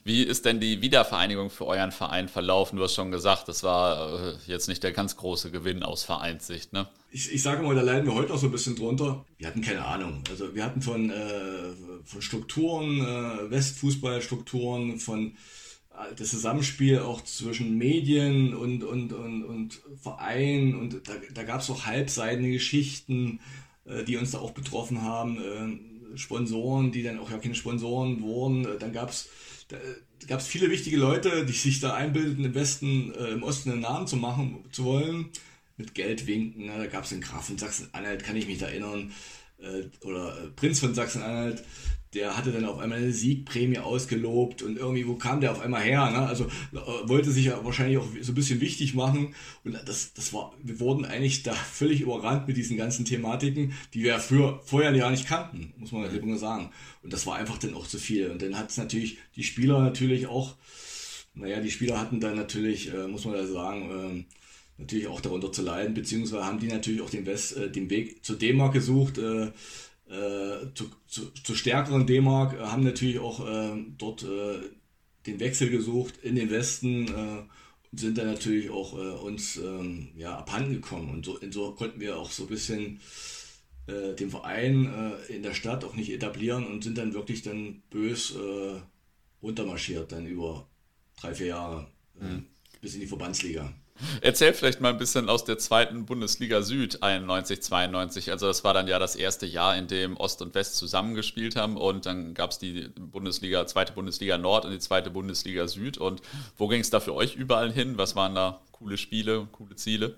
Wie ist denn die Wiedervereinigung für euren Verein verlaufen? Du hast schon gesagt, das war äh, jetzt nicht der ganz große Gewinn aus Vereinssicht, ne? Ich, ich sage mal, da leiden wir heute noch so ein bisschen drunter. Wir hatten keine Ahnung. Also wir hatten von, äh, von Strukturen, äh, Westfußballstrukturen, von äh, das Zusammenspiel auch zwischen Medien und, und, und, und Verein. Und da, da gab es auch halbseitene Geschichten, äh, die uns da auch betroffen haben. Äh, Sponsoren, die dann auch ja keine Sponsoren wurden. Äh, dann gab es da gab es viele wichtige Leute, die sich da einbildeten, im Westen, äh, im Osten einen Namen zu machen zu wollen. Mit Geld winken. Ne? Da gab es den Graf von Sachsen-Anhalt, kann ich mich da erinnern. Äh, oder äh, Prinz von Sachsen-Anhalt, der hatte dann auf einmal eine Siegprämie ausgelobt und irgendwie, wo kam der auf einmal her? Ne? Also äh, wollte sich ja wahrscheinlich auch so ein bisschen wichtig machen. Und das, das war, wir wurden eigentlich da völlig überrannt mit diesen ganzen Thematiken, die wir ja früher, vorher ja nicht kannten, muss man ja nur sagen. Und das war einfach dann auch zu viel. Und dann hat es natürlich, die Spieler natürlich auch, naja, die Spieler hatten dann natürlich, äh, muss man ja sagen, äh, natürlich auch darunter zu leiden, beziehungsweise haben die natürlich auch den, West, äh, den Weg zur D-Mark gesucht, äh, äh, zu, zu, zu stärkeren D-Mark, äh, haben natürlich auch äh, dort äh, den Wechsel gesucht in den Westen äh, und sind dann natürlich auch äh, uns ähm, ja, abhanden gekommen. Und so, und so konnten wir auch so ein bisschen äh, den Verein äh, in der Stadt auch nicht etablieren und sind dann wirklich dann bös äh, runtermarschiert, dann über drei, vier Jahre äh, mhm. bis in die Verbandsliga. Erzähl vielleicht mal ein bisschen aus der zweiten Bundesliga Süd einundneunzig, zweiundneunzig. Also das war dann ja das erste Jahr, in dem Ost und West zusammengespielt haben und dann gab es die Bundesliga, zweite Bundesliga Nord und die zweite Bundesliga Süd. Und wo ging es da für euch überall hin? Was waren da coole Spiele, coole Ziele?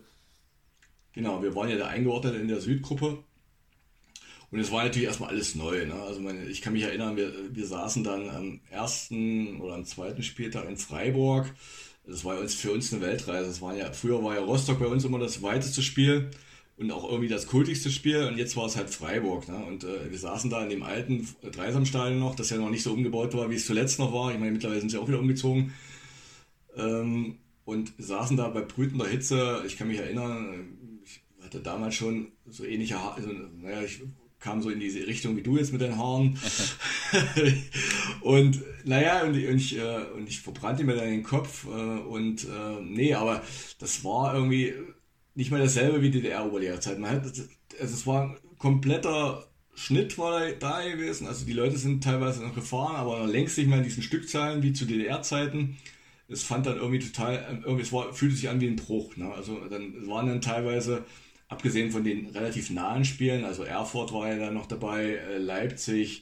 Genau, wir waren ja da eingeordnet in der Südgruppe. Und es war natürlich erstmal alles neu. Ne? Also meine, ich kann mich erinnern, wir, wir saßen dann am ersten oder am zweiten Spieltag in Freiburg. Das war für uns eine Weltreise. Das war ja, früher war ja Rostock bei uns immer das weiteste Spiel und auch irgendwie das kultigste Spiel. Und jetzt war es halt Freiburg. Ne? Und äh, wir saßen da in dem alten Dreisamstadion noch, das ja noch nicht so umgebaut war, wie es zuletzt noch war. Ich meine, mittlerweile sind sie auch wieder umgezogen. Ähm, und saßen da bei brütender Hitze. Ich kann mich erinnern, ich hatte damals schon so ähnliche Haare. Also, naja, ich kam so in diese Richtung wie du jetzt mit deinen Haaren. und naja, und, und, ich, äh, und ich verbrannte mir dann den Kopf. Äh, und äh, nee, aber das war irgendwie nicht mehr dasselbe wie die D D R-Oberliga-Zeit. Man hat, also es war ein kompletter Schnitt war da, da gewesen. Also die Leute sind teilweise noch gefahren, aber noch längst nicht mehr in diesen Stückzahlen wie zu D D R-Zeiten. Es fand dann irgendwie total, irgendwie, es war, fühlte sich an wie ein Bruch. Ne? Also dann waren dann teilweise, abgesehen von den relativ nahen Spielen, also Erfurt war ja da noch dabei, äh, Leipzig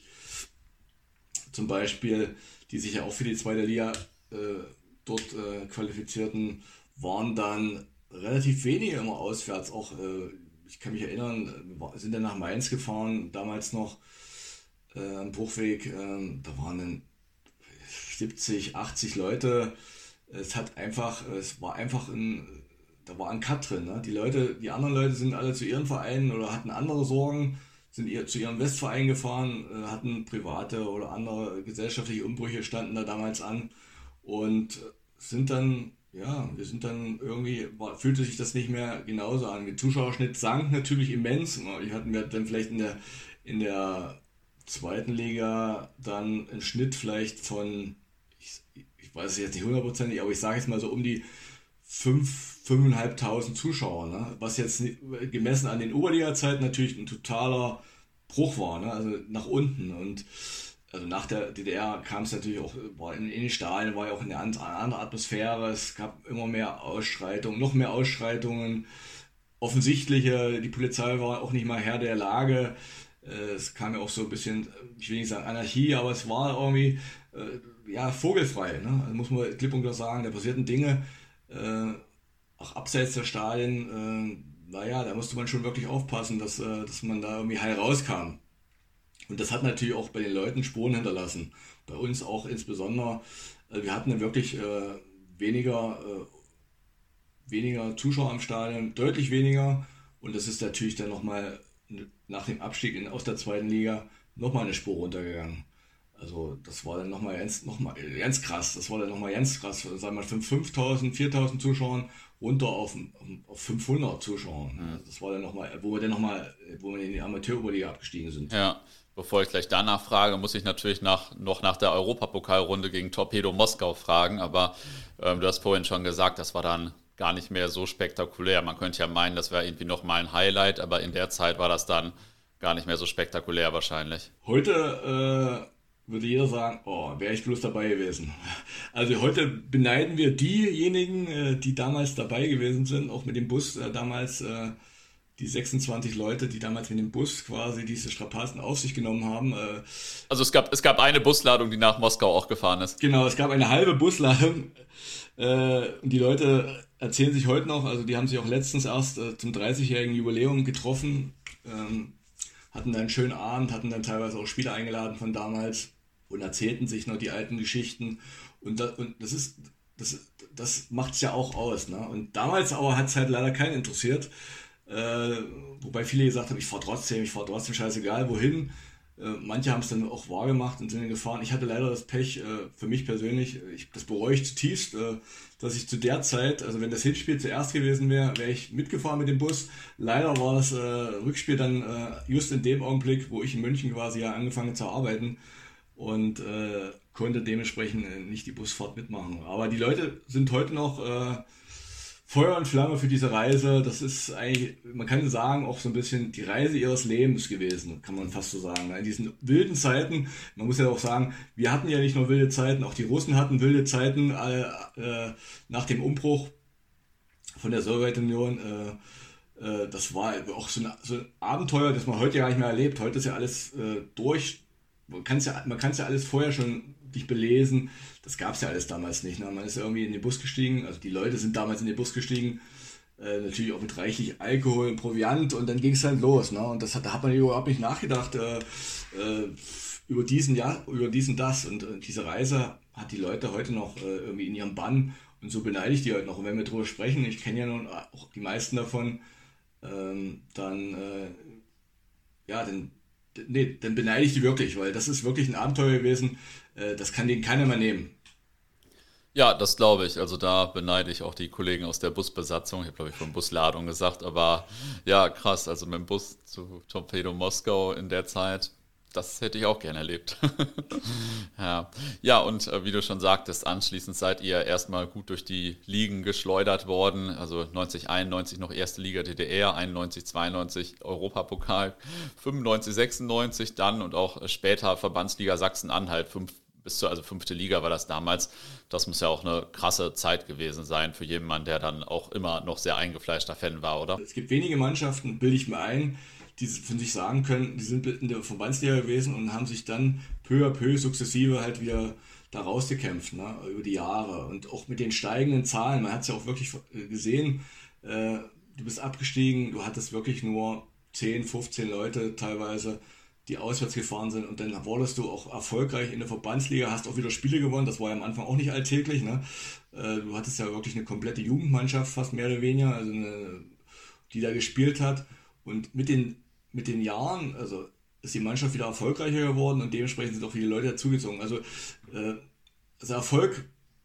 zum Beispiel, die sich ja auch für die zweite Liga äh, dort äh, qualifizierten, waren dann relativ wenige immer auswärts. Auch, äh, ich kann mich erinnern, wir sind dann nach Mainz gefahren, damals noch äh, am Bruchweg, äh, da waren dann siebzig, achtzig Leute. Es hat einfach, es war einfach ein, da war ein Cut drin. Ne? Die Leute, die anderen Leute sind alle zu ihren Vereinen oder hatten andere Sorgen, sind ihr, zu ihrem Westverein gefahren, äh, hatten private oder andere gesellschaftliche Umbrüche, standen da damals an und sind dann, ja, wir sind dann irgendwie, war, fühlte sich das nicht mehr genauso an. Der Zuschauerschnitt sank natürlich immens. Ich hatten wir dann vielleicht in der, in der zweiten Liga dann einen Schnitt vielleicht von, ich, ich weiß es jetzt nicht hundertprozentig, aber ich sage jetzt mal so um die fünf, fünftausendfünfhundert Zuschauer, ne? Was jetzt gemessen an den Oberliga-Zeiten natürlich ein totaler Bruch war, ne? Also nach unten. Und also nach der D D R kam es natürlich auch, war in, in den Stadien war ja auch eine andere Atmosphäre, es gab immer mehr Ausschreitungen, noch mehr Ausschreitungen, offensichtliche, die Polizei war auch nicht mal Herr der Lage, es kam ja auch so ein bisschen, ich will nicht sagen Anarchie, aber es war irgendwie äh, ja, vogelfrei, ne? Also muss man klipp und klar sagen, da passierten Dinge, äh, auch abseits der Stadien, äh, naja, da musste man schon wirklich aufpassen, dass, äh, dass man da irgendwie heil rauskam. Und das hat natürlich auch bei den Leuten Spuren hinterlassen. Bei uns auch insbesondere. Also wir hatten dann wirklich äh, weniger, äh, weniger Zuschauer am Stadion, deutlich weniger. Und das ist natürlich dann nochmal nach dem Abstieg in, aus der zweiten Liga nochmal eine Spur runtergegangen. Also das war dann nochmal ganz, noch mal, ganz krass. Das war dann nochmal ganz krass. Sagen wir mal von fünftausend, viertausend Zuschauern runter auf, auf fünfhundert Zuschauern. Mhm. Das war dann nochmal, wo wir dann nochmal, wo wir in die Amateuroberliga abgestiegen sind. Ja, bevor ich gleich danach frage, muss ich natürlich nach, noch nach der Europapokalrunde gegen Torpedo Moskau fragen. Aber ähm, du hast vorhin schon gesagt, das war dann gar nicht mehr so spektakulär. Man könnte ja meinen, das wäre irgendwie nochmal ein Highlight, aber in der Zeit war das dann gar nicht mehr so spektakulär wahrscheinlich. Heute äh, würde jeder sagen, oh, wäre ich bloß dabei gewesen. Also heute beneiden wir diejenigen, die damals dabei gewesen sind, auch mit dem Bus damals, die sechsundzwanzig Leute, die damals mit dem Bus quasi diese Strapazen auf sich genommen haben. Also es gab, es gab eine Busladung, die nach Moskau auch gefahren ist. Genau, es gab eine halbe Busladung. Und die Leute erzählen sich heute noch, also die haben sich auch letztens erst zum dreißigjährigen Jubiläum getroffen, hatten dann einen schönen Abend, hatten dann teilweise auch Spieler eingeladen von damals und erzählten sich noch die alten Geschichten. Und das, und das ist, das, das macht es ja auch aus. Ne? Und damals aber hat es halt leider keinen interessiert. Äh, wobei viele gesagt haben, ich fahre trotzdem, ich fahre trotzdem, scheißegal, wohin. Äh, manche haben es dann auch wahrgemacht und sind dann gefahren. Ich hatte leider das Pech, äh, für mich persönlich, ich, das bereue ich zutiefst, äh, dass ich zu der Zeit, also wenn das Hinspiel zuerst gewesen wäre, wäre ich mitgefahren mit dem Bus. Leider war das äh, Rückspiel dann äh, just in dem Augenblick, wo ich in München quasi ja angefangen zu arbeiten und äh, konnte dementsprechend äh, nicht die Busfahrt mitmachen. Aber die Leute sind heute noch äh, Feuer und Flamme für diese Reise. Das ist eigentlich, man kann sagen, auch so ein bisschen die Reise ihres Lebens gewesen, kann man fast so sagen. In diesen wilden Zeiten, man muss ja auch sagen, wir hatten ja nicht nur wilde Zeiten, auch die Russen hatten wilde Zeiten äh, äh, nach dem Umbruch von der Sowjetunion. Äh, äh, das war auch so ein, so ein Abenteuer, das man heute ja nicht mehr erlebt. Heute ist ja alles äh, durch. Man kann es ja, man kann es ja alles vorher schon dich belesen. Das gab es ja alles damals nicht. Ne? Man ist ja irgendwie in den Bus gestiegen, also die Leute sind damals in den Bus gestiegen, äh, natürlich auch mit reichlich Alkohol und Proviant und dann ging es dann los. Ne? Und das hat, da hat man überhaupt nicht nachgedacht äh, äh, über diesen ja, über diesen das. Und äh, diese Reise hat die Leute heute noch äh, irgendwie in ihrem Bann und so beneide ich die heute noch. Und wenn wir darüber sprechen, ich kenne ja nun auch die meisten davon, ähm, dann äh, ja, dann Nee, dann beneide ich die wirklich, weil das ist wirklich ein Abenteuer gewesen, das kann denen keiner mehr nehmen. Ja, das glaube ich. Also da beneide ich auch die Kollegen aus der Busbesatzung. Ich habe, glaube ich, von Busladung gesagt, aber ja, krass. Also mit dem Bus zu Torpedo Moskau in der Zeit, das hätte ich auch gerne erlebt. ja. ja, und äh, wie du schon sagtest, anschließend seid ihr erstmal gut durch die Ligen geschleudert worden. Also neunzig einundneunzig noch erste Liga D D R, einundneunzig zweiundneunzig Europapokal, fünfundneunzig sechsundneunzig dann und auch später Verbandsliga Sachsen-Anhalt, fünf, bis zur also fünfte Liga war das damals. Das muss ja auch eine krasse Zeit gewesen sein für jemanden, der dann auch immer noch sehr eingefleischter Fan war, oder? Es gibt wenige Mannschaften, bilde ich mir ein, die von sich sagen können, die sind in der Verbandsliga gewesen und haben sich dann peu à peu sukzessive halt wieder da rausgekämpft, ne, über die Jahre. Und auch mit den steigenden Zahlen, man hat es ja auch wirklich gesehen, äh, du bist abgestiegen, du hattest wirklich nur zehn, fünfzehn Leute teilweise, die auswärts gefahren sind und dann wurdest du auch erfolgreich in der Verbandsliga, hast auch wieder Spiele gewonnen, das war ja am Anfang auch nicht alltäglich, ne? Äh, du hattest ja wirklich eine komplette Jugendmannschaft, fast mehr oder weniger, also eine, die da gespielt hat und mit den mit den Jahren, also ist die Mannschaft wieder erfolgreicher geworden und dementsprechend sind auch viele Leute dazugezogen. Also, äh, also Erfolg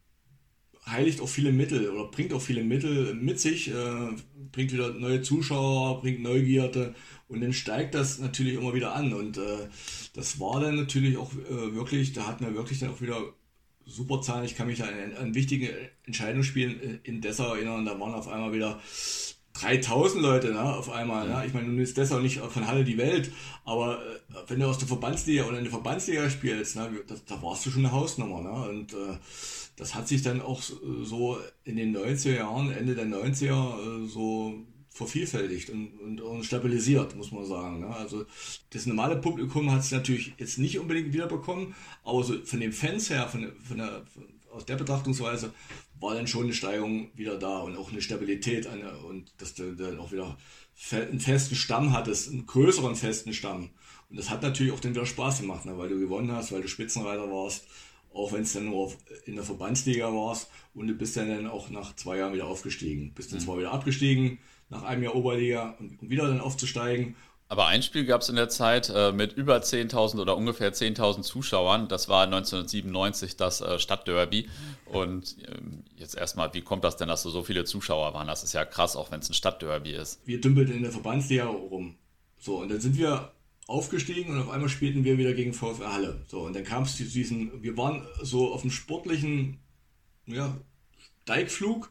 heiligt auch viele Mittel oder bringt auch viele Mittel mit sich, äh, bringt wieder neue Zuschauer, bringt Neugierde und dann steigt das natürlich immer wieder an und äh, das war dann natürlich auch äh, wirklich, da hatten wir wirklich dann auch wieder super Zahlen. Ich kann mich an, an wichtige Entscheidungsspielen in Dessau erinnern, da waren auf einmal wieder dreitausend Leute, ne, auf einmal. Ne? Ich meine, nun ist das auch nicht von Halle die Welt, aber äh, wenn du aus der Verbandsliga oder in der Verbandsliga spielst, ne, das, da warst du schon eine Hausnummer. Ne? Und äh, das hat sich dann auch so in den neunziger Jahren, Ende der neunziger, äh, so vervielfältigt und, und, und stabilisiert, muss man sagen. Ne? Also das normale Publikum hat es natürlich jetzt nicht unbedingt wiederbekommen, aber so von den Fans her, von, von der, von, aus der Betrachtungsweise, war dann schon eine Steigerung wieder da und auch eine Stabilität eine, und dass du dann auch wieder einen festen Stamm hattest, einen größeren festen Stamm. Und das hat natürlich auch dann wieder Spaß gemacht, ne, weil du gewonnen hast, weil du Spitzenreiter warst, auch wenn es dann nur auf, in der Verbandsliga warst und du bist dann, dann auch nach zwei Jahren wieder aufgestiegen. Bist dann mhm. zwar wieder abgestiegen, nach einem Jahr Oberliga und, und wieder dann aufzusteigen Aber ein Spiel gab es in der Zeit äh, mit über zehntausend oder ungefähr zehntausend Zuschauern. Das war neunzehnhundertsiebenundneunzig das äh, Stadtderby. Und ähm, jetzt erstmal, wie kommt das denn, dass so, so viele Zuschauer waren? Das ist ja krass, auch wenn es ein Stadtderby ist. Wir dümpelten in der Verbandsliga rum. So, und dann sind wir aufgestiegen und auf einmal spielten wir wieder gegen VfR Halle. So, und dann kam es zu diesen, wir waren so auf dem sportlichen, ja, Steigflug.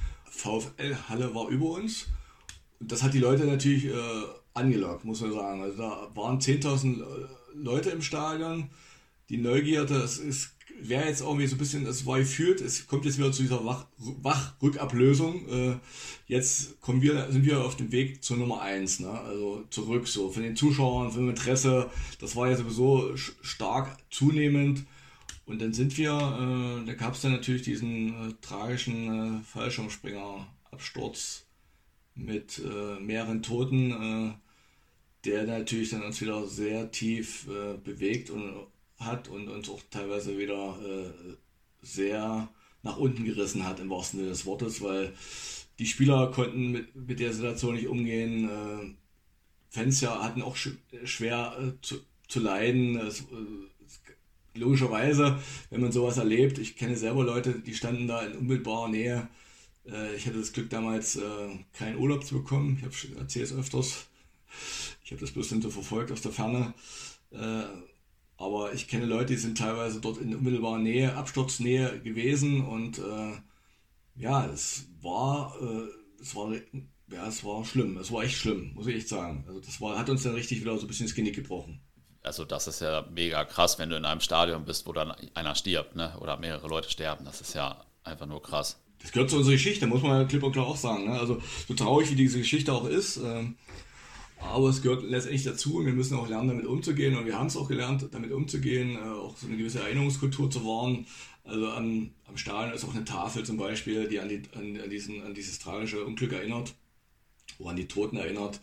VfL Halle war über uns. Und das hat die Leute natürlich äh, angelockt, muss man sagen. Also da waren zehntausend Leute im Stadion. Die Neugierde, es ist, wäre jetzt irgendwie so ein bisschen, es war gefühlt, es kommt jetzt wieder zu dieser Wach, Wachrückablösung. Äh, jetzt kommen wir, sind wir auf dem Weg zur Nummer eins, ne? Also zurück so, von den Zuschauern, von dem Interesse. Das war ja sowieso stark zunehmend. Und dann sind wir, äh, da gab es dann natürlich diesen äh, tragischen äh, Fallschirmspringer-Absturz mit äh, mehreren Toten, äh, der natürlich dann uns wieder sehr tief äh, bewegt und hat und uns auch teilweise wieder äh, sehr nach unten gerissen hat, im wahrsten Sinne des Wortes, weil die Spieler konnten mit, mit der Situation nicht umgehen. Äh, Fans ja hatten auch sch- schwer äh, zu, zu leiden. Es, äh, Logischerweise, wenn man sowas erlebt, ich kenne selber Leute, die standen da in unmittelbarer Nähe. Äh, ich hatte das Glück damals, äh, keinen Urlaub zu bekommen. Ich erzähle es öfters. Ich habe das bloß so verfolgt aus der Ferne. Äh, aber ich kenne Leute, die sind teilweise dort in unmittelbarer Nähe, Absturznähe gewesen. Und äh, ja, es war, äh, es war, ja, es war schlimm. Es war echt schlimm, muss ich echt sagen. Also das war, hat uns dann richtig wieder so ein bisschen das Genick gebrochen. Also das ist ja mega krass, wenn du in einem Stadion bist, wo dann einer stirbt, ne? Oder mehrere Leute sterben. Das ist ja einfach nur krass. Das gehört zu unserer Geschichte, muss man klipp und klar auch sagen. Ne? Also so traurig wie diese Geschichte auch ist, ähm, aber es gehört letztendlich dazu und wir müssen auch lernen, damit umzugehen. Und wir haben es auch gelernt, damit umzugehen, äh, auch so eine gewisse Erinnerungskultur zu wahren. Also am, am Stadion ist auch eine Tafel zum Beispiel, die an, die, an, an, diesen, an dieses tragische Unglück erinnert, oder an die Toten erinnert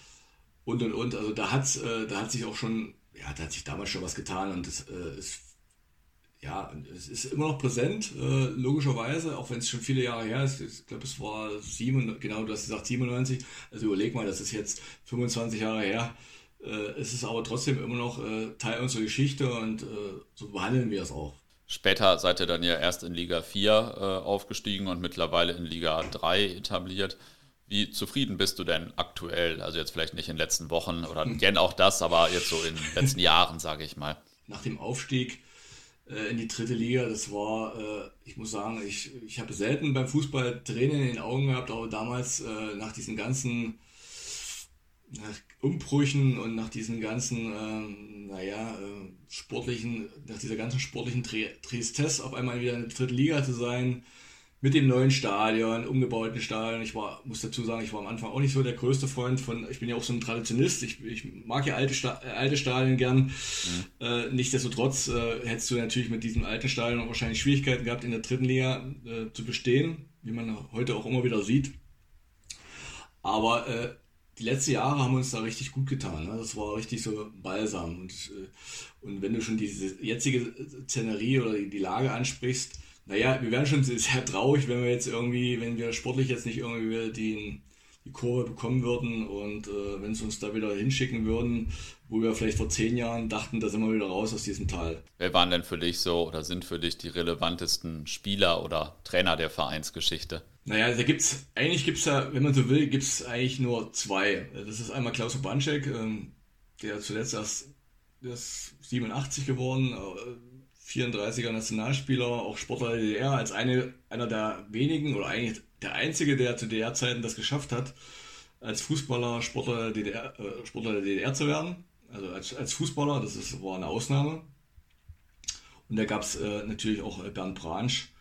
und und und. Also da, hat's, äh, da hat sich auch schon Ja, da hat sich damals schon was getan und es äh, ist, ja, es ist immer noch präsent, äh, logischerweise, auch wenn es schon viele Jahre her ist. Ich glaube, es war sieben, genau, du hast gesagt siebenundneunzig, also überleg mal, das ist jetzt fünfundzwanzig Jahre her. Äh, es ist aber trotzdem immer noch äh, Teil unserer Geschichte und äh, so behandeln wir es auch. Später seid ihr dann ja erst in Liga vier äh, aufgestiegen und mittlerweile in Liga drei etabliert. Wie zufrieden bist du denn aktuell? Also jetzt vielleicht nicht in den letzten Wochen oder gern auch das, aber jetzt so in den letzten Jahren, sage ich mal. Nach dem Aufstieg äh, in die dritte Liga, das war, äh, ich muss sagen, ich, ich habe selten beim Fußball Tränen in den Augen gehabt, aber damals äh, nach diesen ganzen nach Umbrüchen und nach diesen ganzen, äh, naja, äh, sportlichen, nach dieser ganzen sportlichen Tristesse auf einmal wieder in der dritten Liga zu sein, mit dem neuen Stadion, umgebauten Stadion. Ich war, muss dazu sagen, ich war am Anfang auch nicht so der größte Freund von, ich bin ja auch so ein Traditionist, ich, ich mag ja alte, Sta- äh, alte Stadien gern. Mhm. Äh, nichtsdestotrotz äh, hättest du natürlich mit diesem alten Stadion wahrscheinlich Schwierigkeiten gehabt, in der dritten Liga äh, zu bestehen, wie man heute auch immer wieder sieht. Aber äh, die letzten Jahre haben uns da richtig gut getan. Ne? Das war richtig so balsam. Und, äh, und wenn du schon diese jetzige Szenerie oder die, die Lage ansprichst, naja, wir wären schon sehr traurig, wenn wir jetzt irgendwie, wenn wir sportlich jetzt nicht irgendwie die, die Kurve bekommen würden und äh, wenn sie uns da wieder hinschicken würden, wo wir vielleicht vor zehn Jahren dachten, da sind wir wieder raus aus diesem Tal. Wer waren denn für dich so oder sind für dich die relevantesten Spieler oder Trainer der Vereinsgeschichte? Naja, da gibt's, eigentlich gibt's da, wenn man so will, gibt's eigentlich nur zwei. Das ist einmal Klaus Obanczek, ähm, der zuletzt erst, der ist siebenundachtzig geworden, äh, vierunddreißiger Nationalspieler, auch Sportler der D D R, als eine, einer der wenigen oder eigentlich der einzige, der zu D D R-Zeiten das geschafft hat, als Fußballer Sportler der D D R, äh, Sportler der D D R zu werden. Also als, als Fußballer, das ist, war eine Ausnahme. Und da gab es äh, natürlich auch Bernd Bransch,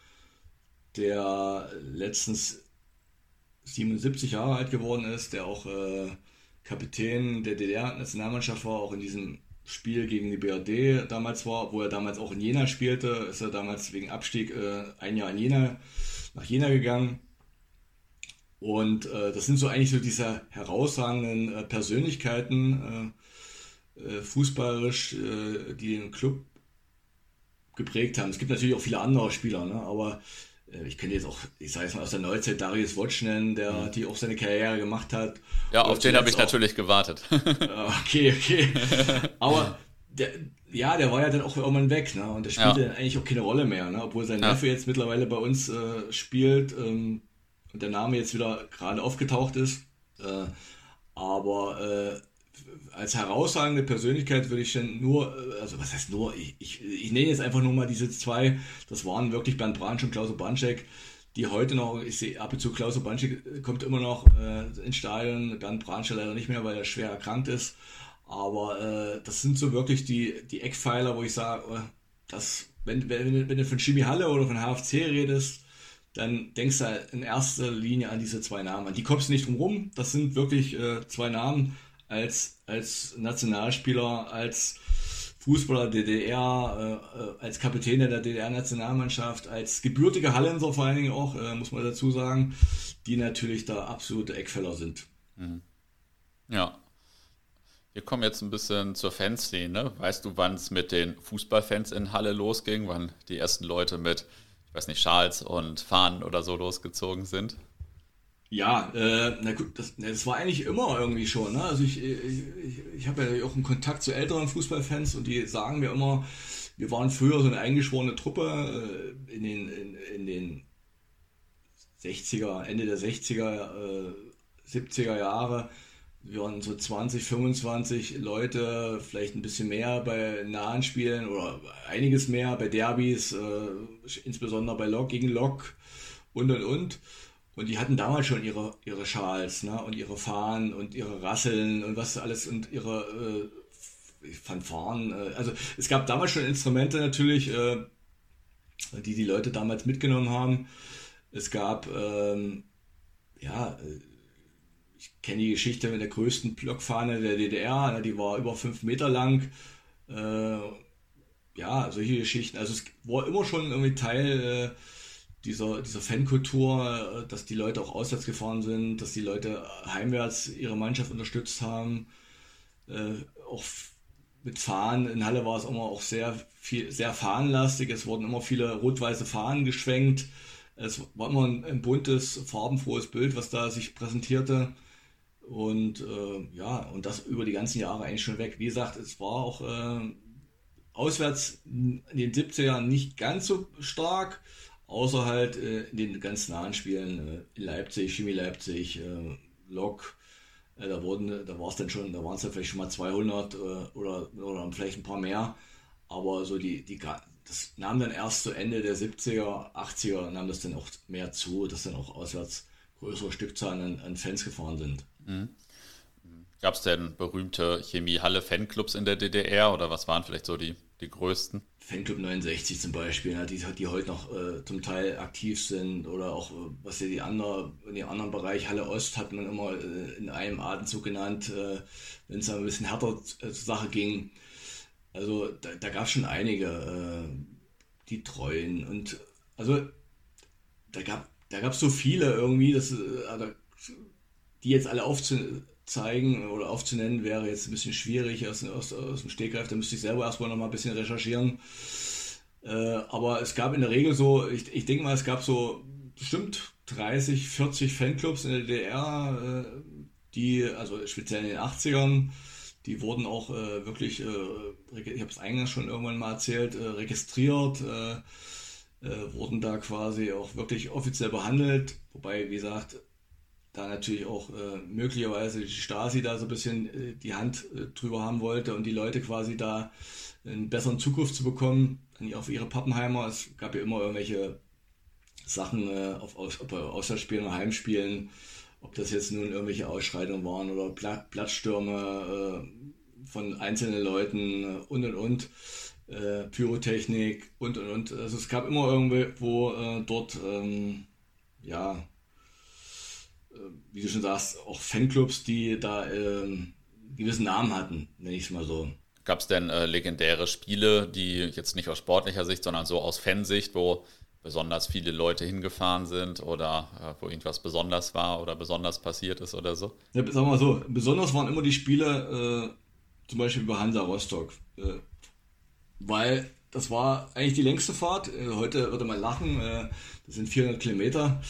der letztens siebenundsiebzig Jahre alt geworden ist, der auch äh, Kapitän der D D R-Nationalmannschaft war, auch in diesem Spiel gegen die B R D damals war, wo er damals auch in Jena spielte, ist er damals wegen Abstieg äh, ein Jahr in Jena, nach Jena gegangen. Und äh, das sind so eigentlich so diese herausragenden äh, Persönlichkeiten, äh, äh, fußballerisch, äh, die den Club geprägt haben. Es gibt natürlich auch viele andere Spieler, ne? Aber Ich könnte jetzt auch, ich sage jetzt mal aus der Neuzeit, Darius Wotsch nennen, der mhm. die auch seine Karriere gemacht hat. Ja, auf den habe ich auch natürlich gewartet. Okay, okay. Aber der, ja, der war ja dann auch irgendwann weg, ne? Und der spielte ja. dann eigentlich auch keine Rolle mehr, ne? Obwohl sein ja. Neffe jetzt mittlerweile bei uns äh, spielt ähm, und der Name jetzt wieder gerade aufgetaucht ist. Äh, aber äh, als herausragende Persönlichkeit würde ich dann nur, also was heißt nur, ich, ich, ich nenne jetzt einfach nur mal diese zwei, das waren wirklich Bernd Bransch und Klaus Obanczek, die heute noch, ich sehe ab und zu, Klaus Obanczek kommt immer noch äh, ins Stadion, Bernd Bransch leider nicht mehr, weil er schwer erkrankt ist, aber äh, das sind so wirklich die, die Eckpfeiler, wo ich sage, äh, das, wenn, wenn, wenn du von Chemie Halle oder von H F C redest, dann denkst du in erster Linie an diese zwei Namen, an die kommst du nicht drum rum, das sind wirklich äh, zwei Namen, als, als Nationalspieler, als Fußballer der D D R, äh, als Kapitän der D D R-Nationalmannschaft, als gebürtiger Hallenser vor allen Dingen auch, äh, muss man dazu sagen, die natürlich da absolute Eckfeller sind. Mhm. Ja. Wir kommen jetzt ein bisschen zur Fanszene. Weißt du, wann es mit den Fußballfans in Halle losging? Wann die ersten Leute mit, ich weiß nicht, Schals und Fahnen oder so losgezogen sind? Ja, äh, na gut, das, das war eigentlich immer irgendwie schon. Ne? Also ich, ich, ich, ich habe ja auch einen Kontakt zu älteren Fußballfans und die sagen mir immer, wir waren früher so eine eingeschworene Truppe äh, in den in, in den sechziger, Ende der sechziger, äh, siebziger Jahre. Wir waren so zwanzig, fünfundzwanzig Leute, vielleicht ein bisschen mehr bei nahen Spielen oder einiges mehr bei Derbys, äh, insbesondere bei Lok gegen Lok und und und. Und die hatten damals schon ihre, ihre Schals, ne? Und ihre Fahnen und ihre Rasseln und was alles und ihre äh, Fanfaren. Äh, also es gab damals schon Instrumente natürlich, äh, die die Leute damals mitgenommen haben. Es gab, ähm, ja, ich kenne die Geschichte mit der größten Blockfahne der D D R, ne? Die war über fünf Meter lang. Äh, ja, solche Geschichten. Also es war immer schon irgendwie Teil äh, Dieser, dieser Fankultur, dass die Leute auch auswärts gefahren sind, dass die Leute heimwärts ihre Mannschaft unterstützt haben. Äh, auch mit Fahnen. In Halle war es immer auch sehr viel, sehr fahnenlastig. Es wurden immer viele rot-weiße Fahnen geschwenkt. Es war immer ein, ein buntes, farbenfrohes Bild, was da sich präsentierte. Und äh, ja, und das über die ganzen Jahre eigentlich schon weg. Wie gesagt, es war auch äh, auswärts in den siebzigern nicht ganz so stark. Außer halt äh, in den ganz nahen Spielen, äh, in Leipzig, Chemie Leipzig, äh, Lok, äh, da wurden, da war es dann schon, da waren es dann vielleicht schon mal zweihundert äh, oder, oder vielleicht ein paar mehr, aber so die, die, das nahm dann erst zu Ende der siebziger, achtziger, nahm das dann auch mehr zu, dass dann auch auswärts größere Stückzahlen an, an Fans gefahren sind. Mhm. Gab es denn berühmte Chemie-Halle-Fanclubs in der D D R oder was waren vielleicht so die, die größten? Fanclub neunundsechzig zum Beispiel, ne, die, die heute noch äh, zum Teil aktiv sind oder auch, äh, was ja die andere, in dem anderen Bereich, Halle Ost hat man immer äh, in einem Atemzug genannt, äh, wenn es ein bisschen härter äh, zur Sache ging. Also da, da gab es schon einige, äh, die Treuen und also da gab da gab es so viele irgendwie, dass, äh, also, die jetzt alle aufzuzeigen oder aufzunennen, wäre jetzt ein bisschen schwierig aus, aus, aus dem Stegreif, da müsste ich selber erstmal noch mal ein bisschen recherchieren. Äh, aber es gab in der Regel so, ich, ich denke mal, es gab so bestimmt dreißig, vierzig Fanclubs in der D D R, äh, die, also speziell in den achtzigern, die wurden auch äh, wirklich, äh, ich habe es eingangs schon irgendwann mal erzählt, äh, registriert, äh, äh, wurden da quasi auch wirklich offiziell behandelt, wobei, wie gesagt, da natürlich auch äh, möglicherweise die Stasi da so ein bisschen äh, die Hand äh, drüber haben wollte und die Leute quasi da einen besseren Zugriff zu bekommen auf ihre Pappenheimer. Es gab ja immer irgendwelche Sachen äh, auf, auf, auf Auswärtsspielen oder Heimspielen, ob das jetzt nun irgendwelche Ausschreitungen waren oder Pla- Platzstürme äh, von einzelnen Leuten äh, und und und, äh, Pyrotechnik und und und. Also es gab immer irgendwo äh, dort, ähm, ja, wie du schon sagst, auch Fanclubs, die da äh, einen gewissen Namen hatten, nenne ich es mal so. Gab es denn äh, legendäre Spiele, die jetzt nicht aus sportlicher Sicht, sondern so aus Fansicht, wo besonders viele Leute hingefahren sind oder äh, wo irgendwas besonders war oder besonders passiert ist oder so? Ja, sagen wir mal so, besonders waren immer die Spiele, äh, zum Beispiel bei Hansa Rostock, äh, weil das war eigentlich die längste Fahrt. Äh, heute würde man lachen, äh, das sind vierhundert Kilometer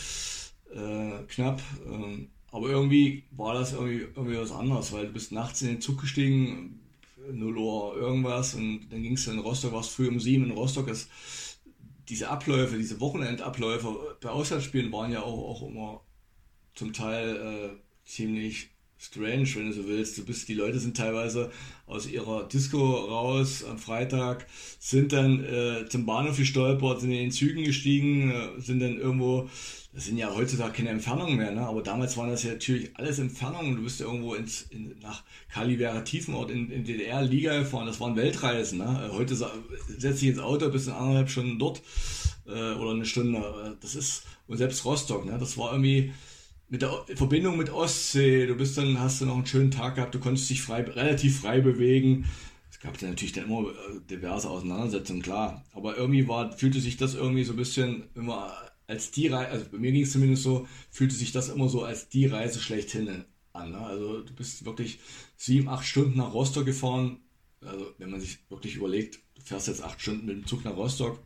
äh, knapp. Äh, aber irgendwie war das irgendwie, irgendwie was anderes, weil du bist nachts in den Zug gestiegen, null Uhr irgendwas, und dann ging es in Rostock, warst früh um sieben in Rostock. Das, diese Abläufe, diese Wochenendabläufe bei Auswärtsspielen waren ja auch, auch immer zum Teil äh, ziemlich strange, wenn du so willst. Du bist, die Leute sind teilweise aus ihrer Disco raus am Freitag, sind dann äh, zum Bahnhof gestolpert, sind in den Zügen gestiegen, äh, sind dann irgendwo, das sind ja heutzutage keine Entfernungen mehr, ne? Aber damals waren das ja natürlich alles Entfernungen. Du bist ja irgendwo ins, in, nach Kaliberger Tiefenort in, in D D R Liga gefahren, das waren Weltreisen. Ne? Heute setzt dich ins Auto, bist in anderthalb Stunden dort äh, oder eine Stunde. Das ist, und selbst Rostock, ne? Das war irgendwie mit der Verbindung mit Ostsee. Du bist dann, hast du noch einen schönen Tag gehabt, du konntest dich frei, relativ frei bewegen. Es gab dann natürlich dann immer diverse Auseinandersetzungen, klar. Aber irgendwie war, fühlte sich das irgendwie so ein bisschen immer als die Reise, also bei mir ging es zumindest so, fühlte sich das immer so als die Reise schlechthin an. Ne? Also du bist wirklich sieben, acht Stunden nach Rostock gefahren. Also wenn man sich wirklich überlegt, du fährst jetzt acht Stunden mit dem Zug nach Rostock,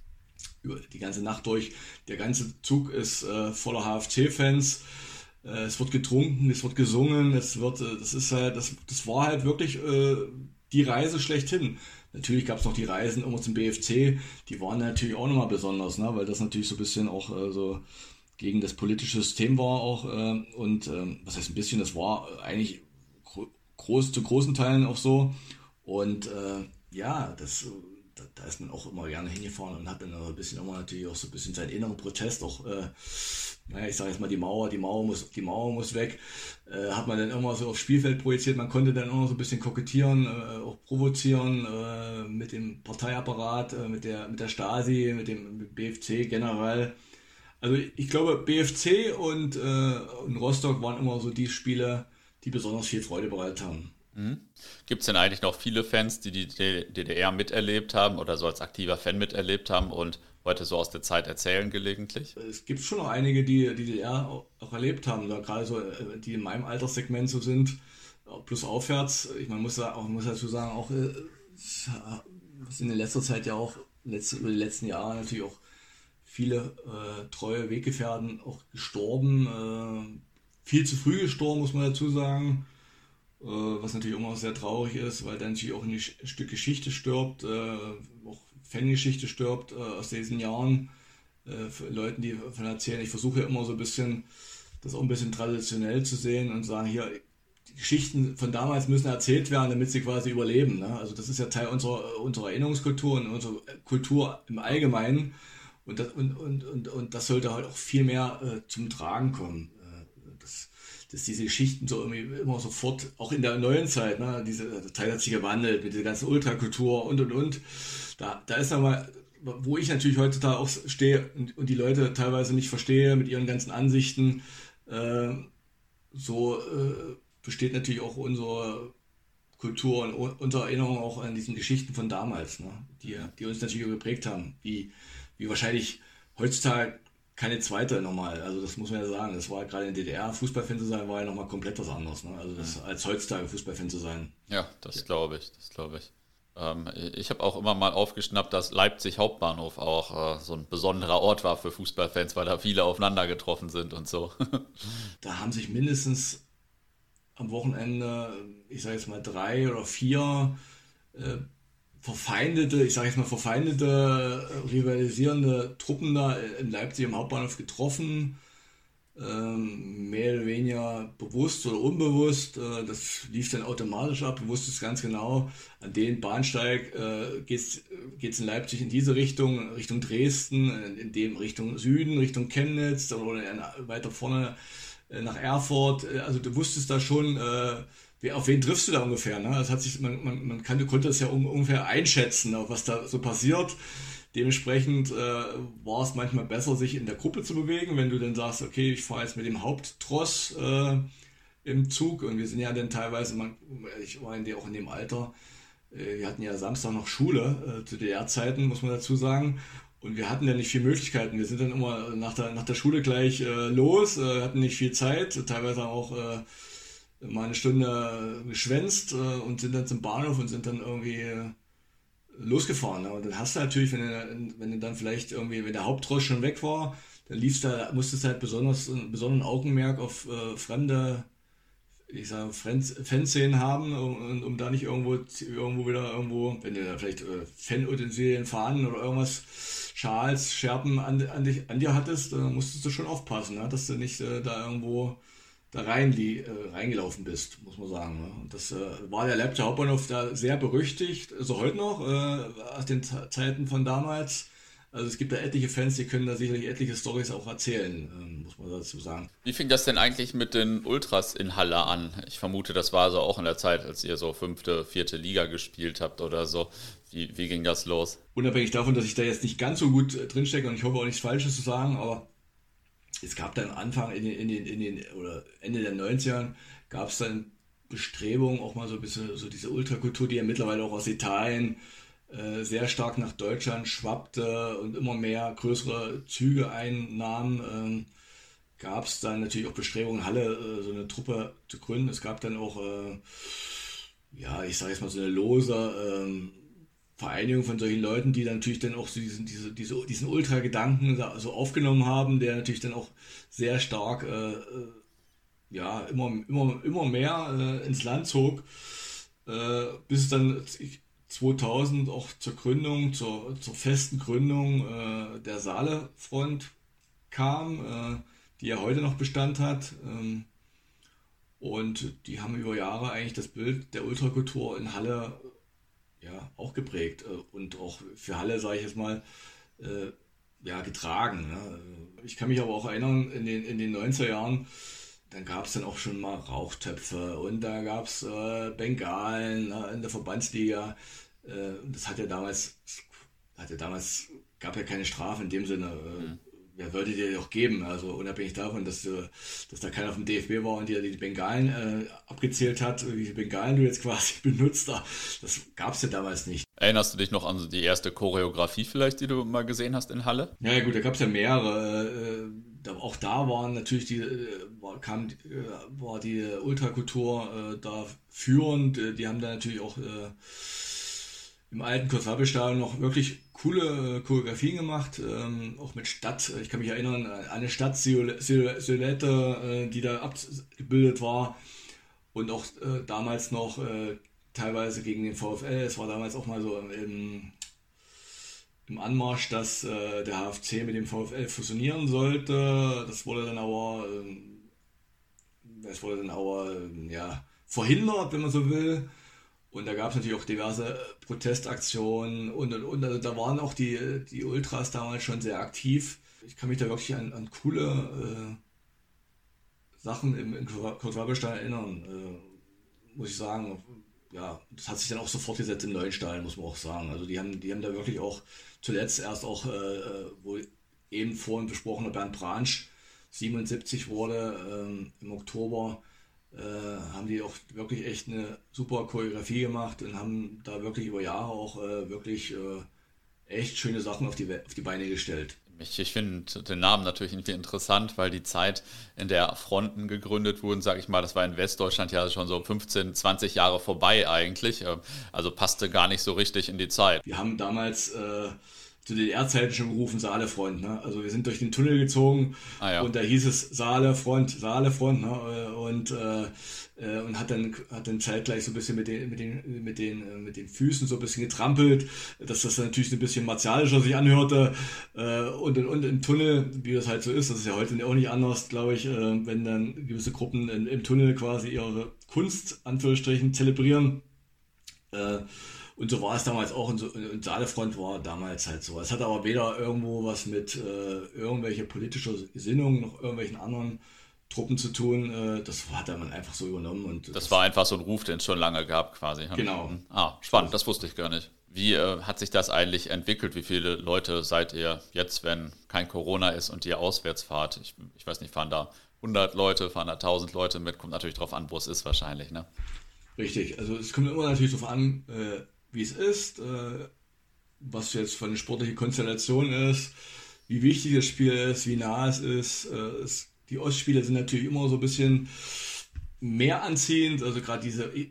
über die ganze Nacht durch. Der ganze Zug ist äh, voller H F C-Fans. Äh, es wird getrunken, es wird gesungen, es wird, äh, das ist halt, das, das war halt wirklich äh, die Reise schlechthin. Natürlich gab es noch die Reisen immer zum B F C, die waren natürlich auch nochmal besonders, ne? Weil das natürlich so ein bisschen auch äh, so gegen das politische System war auch. Äh, und äh, was heißt ein bisschen, das war eigentlich groß, zu großen Teilen auch so. Und äh, ja, das, da, da ist man auch immer gerne hingefahren und hat dann ein bisschen immer natürlich auch so ein bisschen seinen inneren Protest auch, äh, naja, ich sage jetzt mal die Mauer, die Mauer muss, die Mauer muss weg, äh, hat man dann immer so aufs Spielfeld projiziert. Man konnte dann immer so ein bisschen kokettieren, äh, auch provozieren äh, mit dem Parteiapparat, äh, mit der, mit der Stasi, mit dem mit B F C generell. Also ich glaube, B F C und, äh, und Rostock waren immer so die Spiele, die besonders viel Freude bereitet haben. Mhm. Gibt es denn eigentlich noch viele Fans, die die D D R miterlebt haben oder so als aktiver Fan miterlebt haben und heute so aus der Zeit erzählen gelegentlich? Es gibt schon noch einige, die die D D R auch, auch erlebt haben, da gerade so, die in meinem Alterssegment so sind, plus aufwärts. Ich meine, muss da auch muss dazu sagen, auch es sind in letzter Zeit ja auch letzte, über die letzten Jahre natürlich auch viele äh, treue Weggefährten auch gestorben, äh, viel zu früh gestorben, muss man dazu sagen. Was natürlich immer sehr traurig ist, weil dann natürlich auch ein Stück Geschichte stirbt, äh, auch Fangeschichte stirbt äh, aus diesen Jahren, äh, für Leuten, die davon erzählen. Ich versuche immer so ein bisschen, das auch ein bisschen traditionell zu sehen und sagen, hier, die Geschichten von damals müssen erzählt werden, damit sie quasi überleben. Ne? Also das ist ja Teil unserer, unserer Erinnerungskultur und unserer Kultur im Allgemeinen. Und das, und, und, und, und das sollte halt auch viel mehr äh, zum Tragen kommen. Äh, das, dass diese Geschichten so irgendwie immer sofort, auch in der neuen Zeit, ne, diese der Teil hat sich gewandelt mit dieser ganzen Ultrakultur und und und. Da, da ist nochmal, wo ich natürlich heutzutage auch stehe und, und die Leute teilweise nicht verstehe mit ihren ganzen Ansichten, äh, so äh, besteht natürlich auch unsere Kultur und unsere Erinnerung auch an diesen Geschichten von damals, ne, die, die uns natürlich geprägt haben, wie, wie wahrscheinlich heutzutage keine zweite nochmal, also das muss man ja sagen, das war gerade in der D D R, Fußballfan zu sein, war ja nochmal komplett was anderes, ne? Also das, als heutzutage Fußballfan zu sein. Ja, das ja. glaube ich, das glaube ich. Ähm, ich habe auch immer mal aufgeschnappt, dass Leipzig Hauptbahnhof auch äh, so ein besonderer Ort war für Fußballfans, weil da viele aufeinander getroffen sind und so. Da haben sich mindestens am Wochenende, ich sage jetzt mal drei oder vier äh, verfeindete, ich sage jetzt mal verfeindete, rivalisierende Truppen da in Leipzig am Hauptbahnhof getroffen, ähm, mehr oder weniger bewusst oder unbewusst. Äh, das lief dann automatisch ab, du wusstest ganz genau, an den Bahnsteig äh, geht es in Leipzig in diese Richtung, Richtung Dresden, in, in dem Richtung Süden, Richtung Chemnitz oder weiter vorne äh, nach Erfurt. Also du wusstest da schon, äh, auf wen triffst du da ungefähr? Ne? Das hat sich, man, man, man kann, konnte das ja un, ungefähr einschätzen, was da so passiert. Dementsprechend äh, war es manchmal besser, sich in der Gruppe zu bewegen, wenn du dann sagst, okay, ich fahre jetzt mit dem Haupttross äh, im Zug. Und wir sind ja dann teilweise, man, ich war in der, auch in dem Alter, äh, wir hatten ja Samstag noch Schule, äh, zu D D R-Zeiten, muss man dazu sagen. Und wir hatten ja nicht viele Möglichkeiten. Wir sind dann immer nach der, nach der Schule gleich äh, los, äh, hatten nicht viel Zeit, teilweise auch äh, mal eine Stunde geschwänzt äh, und sind dann zum Bahnhof und sind dann irgendwie äh, losgefahren. Ne? Und dann hast du natürlich, wenn du, wenn du dann vielleicht irgendwie, wenn der Hauptross schon weg war, dann liefst da, musstest du halt besonders einen besonderen Augenmerk auf äh, fremde, ich sage, Fanszenen haben, um, um da nicht irgendwo irgendwo wieder irgendwo, wenn du da vielleicht äh, Fanutensilien, Fahnen oder irgendwas, Schals, Scherben an, an, dich, an dir hattest, dann musstest du schon aufpassen, ne? Dass du nicht äh, da irgendwo da rein, die, äh, reingelaufen bist, muss man sagen. Ne? Und das äh, war der Leipziger Hauptbahnhof da sehr berüchtigt, also heute noch, äh, aus den Z- Zeiten von damals. Also es gibt da etliche Fans, die können da sicherlich etliche Storys auch erzählen, ähm, muss man dazu sagen. Wie fing das denn eigentlich mit den Ultras in Halle an? Ich vermute, das war so auch in der Zeit, als ihr so fünfte, vierte Liga gespielt habt oder so. Wie, wie ging das los? Unabhängig davon, dass ich da jetzt nicht ganz so gut äh, drinstecke und ich hoffe auch nichts Falsches zu sagen, aber es gab dann Anfang in den, in den, in den oder Ende der neunziger gab es dann Bestrebungen, auch mal so ein bisschen so diese Ultrakultur, die ja mittlerweile auch aus Italien äh, sehr stark nach Deutschland schwappte und immer mehr größere Züge einnahm, ähm, gab es dann natürlich auch Bestrebungen, Halle äh, so eine Truppe zu gründen. Es gab dann auch, äh, ja, ich sage jetzt mal so eine lose ähm, Vereinigung von solchen Leuten, die dann natürlich dann auch so diesen, diese, diese, diesen Ultra-Gedanken so also aufgenommen haben, der natürlich dann auch sehr stark äh, äh, ja, immer, immer, immer mehr äh, ins Land zog, äh, bis es dann zweitausend auch zur Gründung, zur, zur festen Gründung äh, der Saale-Front kam, äh, die ja heute noch Bestand hat. Ähm, und die haben über Jahre eigentlich das Bild der Ultrakultur in Halle ja, auch geprägt äh, und auch für Halle, sage ich jetzt mal, äh, ja, getragen. Ne? Ich kann mich aber auch erinnern, in den, in den neunziger Jahren, dann gab es dann auch schon mal Rauchtöpfe und da gab es äh, Bengalen ne, in der Verbandsliga. Äh, das hat ja damals, hat ja damals, gab ja keine Strafe in dem Sinne. Äh, Mhm. Wer würde dir auch geben? Also unabhängig davon, dass, äh, dass da keiner vom D F B war und dir die Bengalen äh, abgezählt hat, wie viele Bengalen du jetzt quasi benutzt, da, das gab es ja damals nicht. Erinnerst du dich noch an die erste Choreografie vielleicht, die du mal gesehen hast in Halle? Ja, ja gut, da gab es ja mehrere. Äh, da, auch da waren natürlich die, äh, war, kam, äh, war die Ultrakultur äh, da führend. Äh, die haben da natürlich auch äh, im alten Kurt-Wabbel-Stadion noch wirklich coole äh, Choreografien gemacht, ähm, auch mit Stadt. Ich kann mich erinnern an eine Stadtsilhouette, äh, die da abgebildet war und auch äh, damals noch äh, teilweise gegen den VfL. Es war damals auch mal so im, im Anmarsch, dass äh, der H F C mit dem VfL fusionieren sollte. Das wurde dann aber, äh, das wurde dann aber äh, ja, verhindert, wenn man so will. Und da gab es natürlich auch diverse Protestaktionen und, und, und also da waren auch die, die Ultras damals schon sehr aktiv. Ich kann mich da wirklich an, an coole äh, Sachen im, im Kurt-Wabbel-Stadion erinnern, äh, muss ich sagen. Ja, das hat sich dann auch sofort gesetzt im neuen Stadion, muss man auch sagen. Also die haben, die haben da wirklich auch zuletzt erst auch, äh, wo eben vorhin besprochener Bernd Bransch siebenundsiebzig wurde, ähm, im Oktober, Äh, haben die auch wirklich echt eine super Choreografie gemacht und haben da wirklich über Jahre auch äh, wirklich äh, echt schöne Sachen auf die, auf die Beine gestellt. Ich, ich finde den Namen natürlich irgendwie interessant, weil die Zeit, in der Fronten gegründet wurden, sage ich mal, das war in Westdeutschland ja schon so fünfzehn, zwanzig Jahre vorbei eigentlich. Also passte gar nicht so richtig in die Zeit. Wir haben damals äh, zu D D R-Zeiten schon gerufen, Saale-Front. Ne? Also wir sind durch den Tunnel gezogen Ah, ja. und da hieß es Saale-Front, Saale-Front. Ne? Und, äh, äh, und hat dann, hat dann zeitgleich so ein bisschen mit den, mit, den, mit, den, mit den Füßen so ein bisschen getrampelt, dass das dann natürlich ein bisschen martialischer sich anhörte. Äh, und, und im Tunnel, wie das halt so ist, das ist ja heute auch nicht anders, glaube ich, äh, wenn dann gewisse Gruppen in, im Tunnel quasi ihre Kunst, Anführungsstrichen, zelebrieren. Äh, Und so war es damals auch, und, so, und Saalefront war damals halt so. Es hat aber weder irgendwo was mit äh, irgendwelcher politischer Gesinnung noch irgendwelchen anderen Truppen zu tun. Äh, das hat man einfach so übernommen. Und das, das war einfach so ein Ruf, den es schon lange gab quasi. Genau. Ah, spannend, das wusste ich gar nicht. Wie äh, hat sich das eigentlich entwickelt? Wie viele Leute seid ihr jetzt, wenn kein Corona ist und ihr auswärts fahrt? Ich, ich weiß nicht, fahren da hundert Leute, fahren da tausend Leute mit? Kommt natürlich drauf an, wo es ist wahrscheinlich, ne? Richtig, also es kommt immer natürlich darauf an, äh, wie es ist, äh, was jetzt für eine sportliche Konstellation ist, wie wichtig das Spiel ist, wie nah es ist. Äh, es, die Ostspiele sind natürlich immer so ein bisschen mehr anziehend, also gerade diese, ich,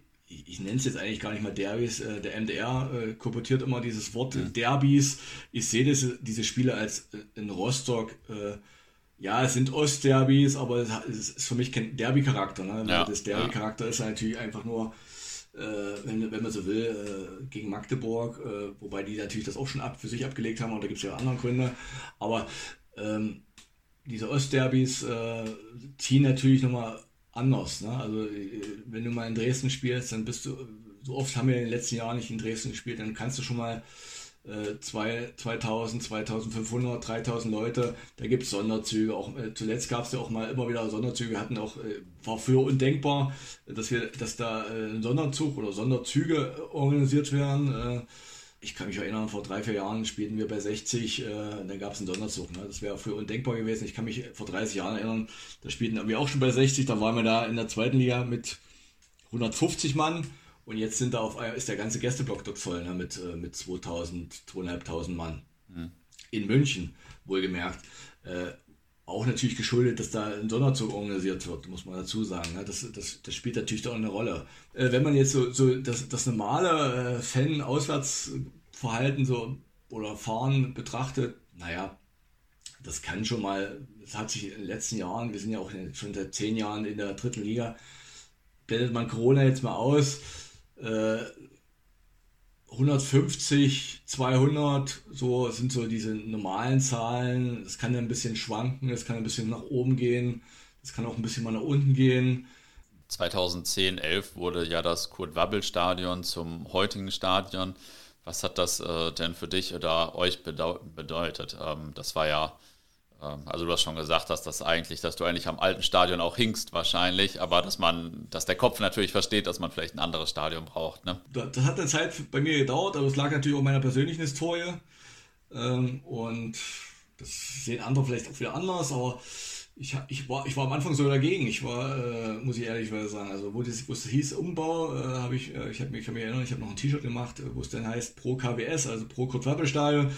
ich nenne es jetzt eigentlich gar nicht mal Derbys, äh, der M D R äh, kolportiert immer dieses Wort mhm. Derbys. Ich sehe das, diese Spiele als äh, in Rostock, äh, ja, es sind Ostderbys, aber es ist für mich kein Derby-Charakter. Ne? Ja, das Derby-Charakter ja. ist natürlich einfach nur, äh, wenn, wenn man so will, äh, gegen Magdeburg, äh, wobei die natürlich das auch schon ab, für sich abgelegt haben, und da gibt es ja andere Gründe. Aber ähm, diese Ostderbys äh, ziehen natürlich nochmal anders. Ne? Also wenn du mal in Dresden spielst, dann bist du, so oft haben wir in den letzten Jahren nicht in Dresden gespielt, dann kannst du schon mal zweitausend, zweitausendfünfhundert, dreitausend Leute, da gibt es Sonderzüge. Auch, äh, zuletzt gab es ja auch mal immer wieder Sonderzüge. Wir hatten auch, äh, war früher undenkbar, dass wir, dass da äh, ein Sonderzug oder Sonderzüge äh, organisiert werden. Äh, ich kann mich erinnern, vor drei, vier Jahren spielten wir bei sechzig, äh, da gab es einen Sonderzug. Ne? Das wäre früher undenkbar gewesen. Ich kann mich vor dreißig Jahren erinnern, da spielten wir auch schon bei sechzig, da waren wir da in der zweiten Liga mit hundertfünfzig Mann. Und jetzt sind da auf, ist der ganze Gästeblock dort voll, ne, mit, mit zweitausend, zweitausendfünfhundert Mann. Mhm. In München, wohlgemerkt. Äh, auch natürlich geschuldet, dass da ein Sonderzug organisiert wird, muss man dazu sagen. Ne? Das, das, das spielt natürlich da auch eine Rolle. Äh, wenn man jetzt so, so das, das normale äh, Fan-Auswärtsverhalten so, oder Fahren betrachtet, naja, das kann schon mal, das hat sich in den letzten Jahren, wir sind ja auch schon seit zehn Jahren in der dritten Liga, blendet man Corona jetzt mal aus, hundertfünfzig, zweihundert, so sind so diese normalen Zahlen. Es kann ja ein bisschen schwanken, es kann ein bisschen nach oben gehen, es kann auch ein bisschen mal nach unten gehen. zweitausendzehn, elf wurde ja das Kurt-Wabbel-Stadion zum heutigen Stadion. Was hat das äh, denn für dich oder euch bedeu- bedeutet? Ähm, das war ja, also du hast schon gesagt, dass das eigentlich, dass du eigentlich am alten Stadion auch hinkst wahrscheinlich, aber dass man, dass der Kopf natürlich versteht, dass man vielleicht ein anderes Stadion braucht. Ne? Das hat eine Zeit bei mir gedauert, aber es lag natürlich auch in meiner persönlichen Historie. Und das sehen andere vielleicht auch wieder anders, aber ich, ich, war, ich war am Anfang so dagegen. Ich war, äh, muss ich ehrlich sagen, also wo das, wo es hieß Umbau, äh, habe ich, äh, ich habe mich, ich kann mich erinnern, ich habe noch ein T-Shirt gemacht, wo es dann heißt Pro K W S, also Pro Kurt-Wabbel-Stadion.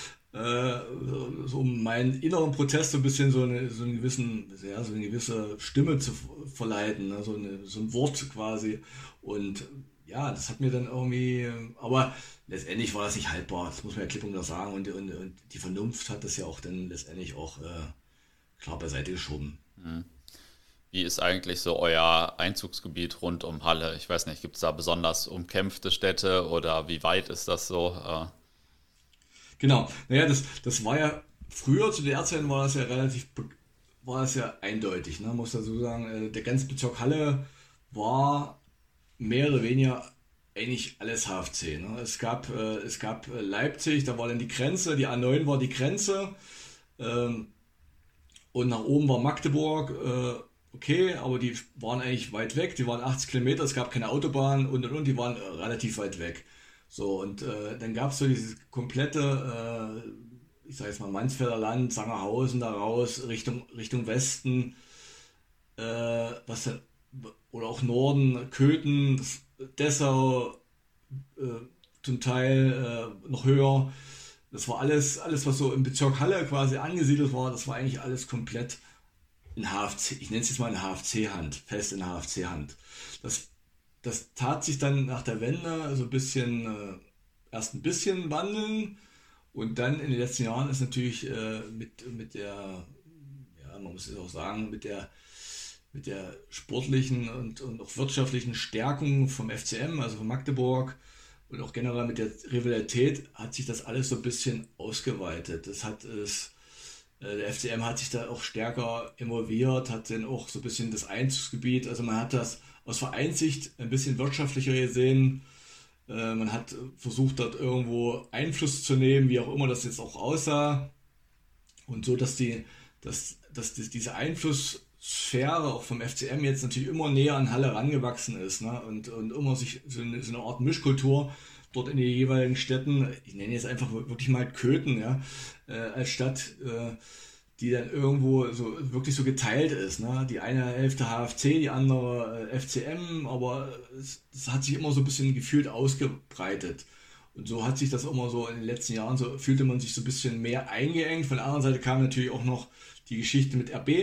So um meinen inneren Protest so ein bisschen so eine, so, einen gewissen, ja, so eine gewisse Stimme zu verleiten, ne? so, eine, so ein Wort quasi. Und ja, das hat mir dann irgendwie, aber letztendlich war das nicht haltbar, das muss man ja klipp und klar sagen. Und, und, und die Vernunft hat das ja auch dann letztendlich auch äh, klar beiseite geschoben. Wie ist eigentlich so euer Einzugsgebiet rund um Halle? Ich weiß nicht, gibt es da besonders umkämpfte Städte oder wie weit ist das so? Äh, Genau, naja, das, das war ja, früher zu der Zeit war das ja relativ, war das ja eindeutig, ne? Muss dazu sagen, der ganze Bezirk Halle war mehr oder weniger eigentlich alles H F C. Ne? Es gab, äh, es gab Leipzig, da war dann die Grenze, die A neun war die Grenze, ähm, und nach oben war Magdeburg, äh, okay, aber die waren eigentlich weit weg, die waren achtzig Kilometer, es gab keine Autobahn und und und, die waren relativ weit weg. So, und äh, dann gab es so dieses komplette, äh, ich sage jetzt mal Mansfelder Land, Sangerhausen da raus, Richtung, Richtung Westen, äh, was dann, oder auch Norden, Köthen, Dessau, äh, zum Teil äh, noch höher. Das war alles, alles, was so im Bezirk Halle quasi angesiedelt war, das war eigentlich alles komplett in H F C, ich nenne es jetzt mal in H F C-Hand, fest in H F C-Hand. Das Das tat sich dann nach der Wende so ein bisschen, äh, erst ein bisschen wandeln, und dann in den letzten Jahren ist natürlich äh, mit, mit der, ja, man muss es auch sagen, mit der, mit der sportlichen und, und auch wirtschaftlichen Stärkung vom F C M, also von Magdeburg, und auch generell mit der Rivalität hat sich das alles so ein bisschen ausgeweitet. Das hat es, äh, der F C M hat sich da auch stärker involviert, hat dann auch so ein bisschen das Einzugsgebiet, also man hat das aus Vereinssicht ein bisschen wirtschaftlicher gesehen. Äh, man hat versucht, dort irgendwo Einfluss zu nehmen, wie auch immer das jetzt auch aussah. Und so, dass, die, dass, dass die, diese Einflusssphäre auch vom F C M jetzt natürlich immer näher an Halle rangewachsen ist. Ne? Und, und immer sich so eine, so eine Art Mischkultur dort in den jeweiligen Städten, ich nenne jetzt einfach wirklich mal Köthen, ja, äh, als Stadt, äh, die dann irgendwo so wirklich so geteilt ist. Ne? Die eine Hälfte H F C, die andere äh, F C M, aber es, es hat sich immer so ein bisschen gefühlt ausgebreitet. Und so hat sich das immer so in den letzten Jahren, so fühlte man sich so ein bisschen mehr eingeengt. Von der anderen Seite kam natürlich auch noch die Geschichte mit R B.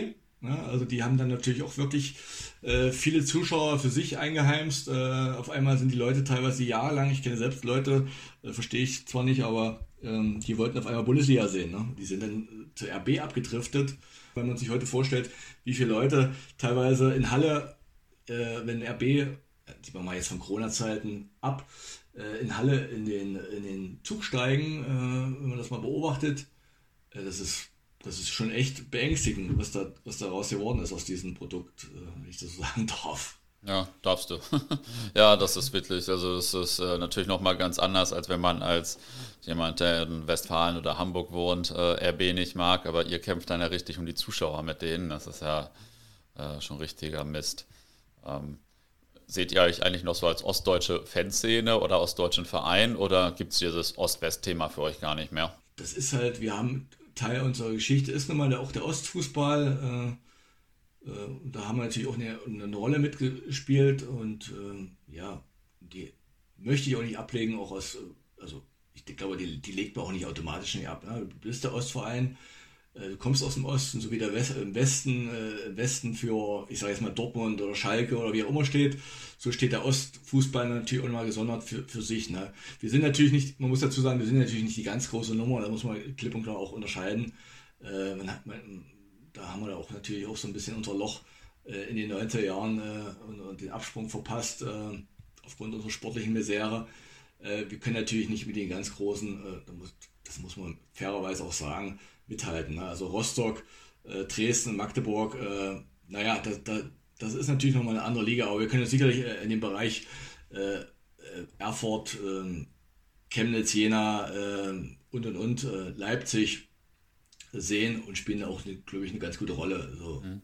Ne? Also die haben dann natürlich auch wirklich äh, viele Zuschauer für sich eingeheimst. Äh, auf einmal sind die Leute teilweise jahrelang, ich kenne selbst Leute, äh, verstehe ich zwar nicht, aber ähm, die wollten auf einmal Bundesliga sehen. Ne? Die sind dann äh, zur R B abgedriftet. Wenn man sich heute vorstellt, wie viele Leute teilweise in Halle, äh, wenn R B, die wir mal jetzt von Corona-Zeiten ab, äh, in Halle in den, in den Zug steigen, äh, wenn man das mal beobachtet, äh, das ist Das ist schon echt beängstigend, was da, was daraus geworden ist aus diesem Produkt, wenn ich das so sagen darf. Ja, darfst du. Ja, das ist wirklich, also das ist äh, natürlich nochmal ganz anders, als wenn man als jemand, der in Westfalen oder Hamburg wohnt, äh, R B nicht mag, aber ihr kämpft dann ja richtig um die Zuschauer mit denen, das ist ja äh, schon richtiger Mist. Ähm, seht ihr euch eigentlich noch so als ostdeutsche Fanszene oder ostdeutschen Verein oder gibt es dieses Ost-West-Thema für euch gar nicht mehr? Das ist halt, wir haben... Teil unserer Geschichte ist nun mal auch der Ostfußball. Äh, äh, da haben wir natürlich auch eine, eine Rolle mitgespielt und äh, ja, die möchte ich auch nicht ablegen, auch aus, also ich glaube, die, die legt man auch nicht automatisch nicht ab. Ne? Du bist der Ostverein, äh, du kommst aus dem Osten, so wie der West, im Westen, äh, im Westen für, ich sage jetzt mal Dortmund oder Schalke oder wie auch immer steht, so steht der Ostfußball natürlich auch mal gesondert für, für sich. Ne? Wir sind natürlich nicht, man muss dazu sagen, wir sind natürlich nicht die ganz große Nummer, da muss man klipp und klar auch unterscheiden. Äh, man hat, man, da haben wir da auch natürlich auch so ein bisschen unser Loch äh, in den neunziger Jahren äh, und, und den Absprung verpasst, äh, aufgrund unserer sportlichen Misere. Äh, wir können natürlich nicht mit den ganz großen, äh, da muss, das muss man fairerweise auch sagen, mithalten. Ne? Also Rostock, äh, Dresden, Magdeburg, äh, naja, da, da, das ist natürlich nochmal eine andere Liga, aber wir können uns sicherlich äh, in dem Bereich äh, äh, Erfurt, äh, Chemnitz, Jena äh, und und und, äh, Leipzig sehen und spielen auch, glaube ich, eine ganz gute Rolle. So. Mhm.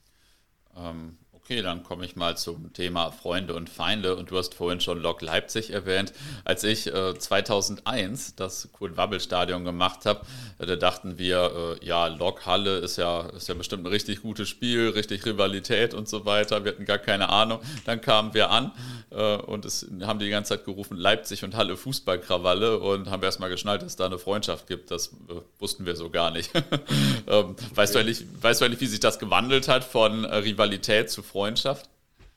Ähm, okay, dann komme ich mal zum Thema Freunde und Feinde und du hast vorhin schon Lok Leipzig erwähnt. Als ich äh, zweitausendeins das Kurt-Wabbel-Stadion gemacht habe, äh, da dachten wir, äh, ja, Lok Halle ist ja, ist ja bestimmt ein richtig gutes Spiel, richtig Rivalität und so weiter. Wir hatten gar keine Ahnung. Dann kamen wir an äh, und es haben die ganze Zeit gerufen, Leipzig und Halle Fußballkrawalle und haben erst mal geschnallt, dass es da eine Freundschaft gibt. Das äh, wussten wir so gar nicht. ähm, weißt du eigentlich, weißt du eigentlich, wie sich das gewandelt hat von äh, Rivalität zu Freundschaft?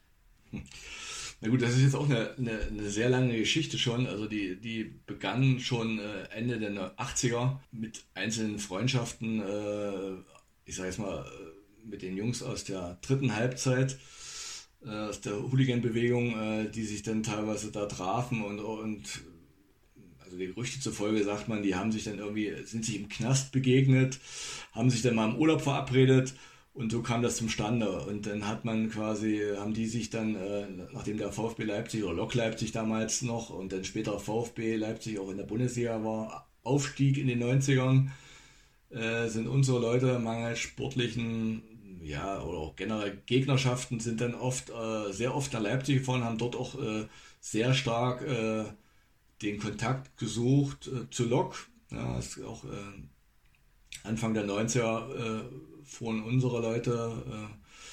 Na gut, das ist jetzt auch eine, eine, eine sehr lange Geschichte schon. Also die, die begann schon äh, Ende der achtziger mit einzelnen Freundschaften, äh, ich sage jetzt mal, mit den Jungs aus der dritten Halbzeit, äh, aus der Hooligan-Bewegung, äh, die sich dann teilweise da trafen und, und also die Gerüchte zufolge sagt man, die haben sich dann irgendwie, sind sich im Knast begegnet, haben sich dann mal im Urlaub verabredet. Und so kam das zustande. Und dann hat man quasi, haben die sich dann, äh, nachdem der VfB Leipzig oder Lok Leipzig damals noch und dann später VfB Leipzig auch in der Bundesliga war, Aufstieg in den neunzigern, äh, sind unsere Leute mangels sportlichen, ja, oder auch generell Gegnerschaften, sind dann oft, äh, sehr oft nach Leipzig gefahren, haben dort auch äh, sehr stark äh, den Kontakt gesucht äh, zu Lok. Ja, ist auch äh, Anfang der neunziger äh, fuhren unsere Leute, äh,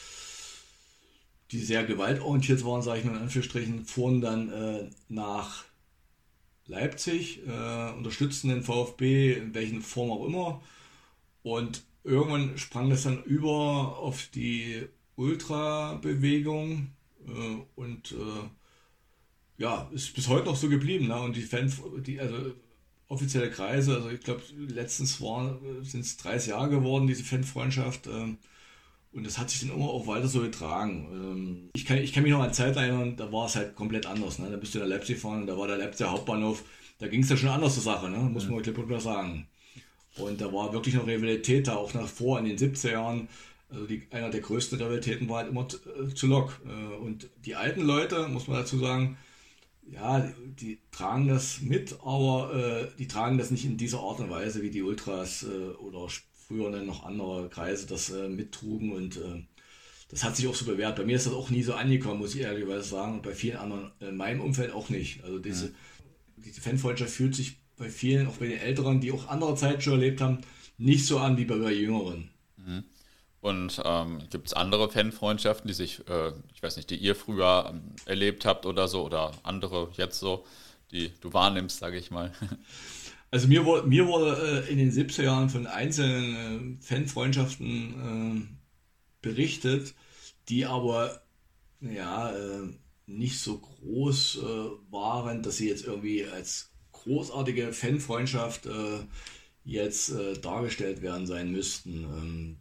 die sehr gewaltorientiert waren, sage ich mal in Anführungsstrichen, fuhren dann äh, nach Leipzig, äh, unterstützten den VfB in welchen Form auch immer und irgendwann sprang das dann über auf die Ultra-Bewegung äh, und äh, ja, ist bis heute noch so geblieben. Ne? Und die Fans, die, also offizielle Kreise, also ich glaube, letztens sind es dreißig Jahre geworden, diese Fanfreundschaft. Ähm, und das hat sich dann immer auch weiter so getragen. Ähm, ich, kann, ich kann mich noch an Zeit erinnern, da war es halt komplett anders. Ne? Da bist du in der Leipzig gefahren und da war der Leipziger Hauptbahnhof, da ging es ja schon anders zur Sache, ne? Muss man klipp und klar sagen. Und da war wirklich noch Rivalität da, auch nach vor in den siebziger Jahren. Also die, einer der größten Rivalitäten war halt immer zu, äh, zu Lok. Äh, und die alten Leute, muss man dazu sagen, ja, die, die tragen das mit, aber äh, die tragen das nicht in dieser Art und Weise, wie die Ultras äh, oder früher dann noch andere Kreise das äh, mittrugen und äh, das hat sich auch so bewährt. Bei mir ist das auch nie so angekommen, muss ich ehrlicherweise sagen, und bei vielen anderen äh, in meinem Umfeld auch nicht. Also diese, ja. diese Fanfreundschaft fühlt sich bei vielen, auch bei den Älteren, die auch andere Zeit schon erlebt haben, nicht so an wie bei, bei Jüngeren. Mhm. Und ähm, gibt es andere Fanfreundschaften, die sich, äh, ich weiß nicht, die ihr früher ähm, erlebt habt oder so, oder andere jetzt so, die du wahrnimmst, sage ich mal? Also mir wurde, mir wurde äh, in den siebziger Jahren von einzelnen äh, Fanfreundschaften äh, berichtet, die aber ja, äh, nicht so groß äh, waren, dass sie jetzt irgendwie als großartige Fanfreundschaft äh, jetzt äh, dargestellt werden sein müssten. Ähm,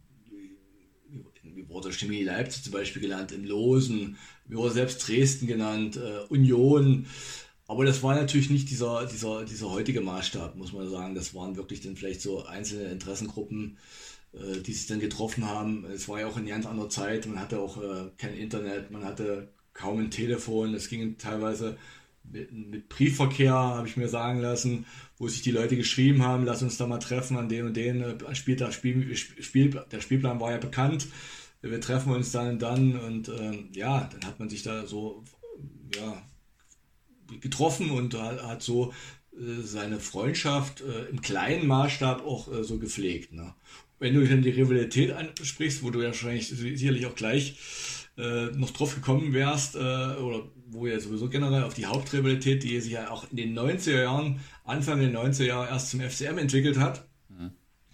wie wurde Chemie Leipzig zum Beispiel genannt, in Losen, wie wurde selbst Dresden genannt, äh, Union. Aber das war natürlich nicht dieser, dieser, dieser heutige Maßstab, muss man sagen. Das waren wirklich dann vielleicht so einzelne Interessengruppen, äh, die sich dann getroffen haben. Es war ja auch eine ganz andere Zeit. Man hatte auch äh, kein Internet, man hatte kaum ein Telefon. Es ging teilweise mit, mit Briefverkehr, habe ich mir sagen lassen, wo sich die Leute geschrieben haben, lass uns da mal treffen an den und den äh, Spieltag. Spiel, Spiel, der Spielplan war ja bekannt. Wir treffen uns dann und dann. Und äh, ja, dann hat man sich da so ja, getroffen und hat so äh, seine Freundschaft äh, im kleinen Maßstab auch äh, so gepflegt. Ne? Wenn du dann die Rivalität ansprichst, wo du ja wahrscheinlich sicherlich auch gleich äh, noch drauf gekommen wärst, äh, oder wo ja sowieso generell auf die Hauptrivalität, die sich ja auch in den neunziger Jahren, Anfang der neunziger Jahre erst zum F C M entwickelt hat, mhm.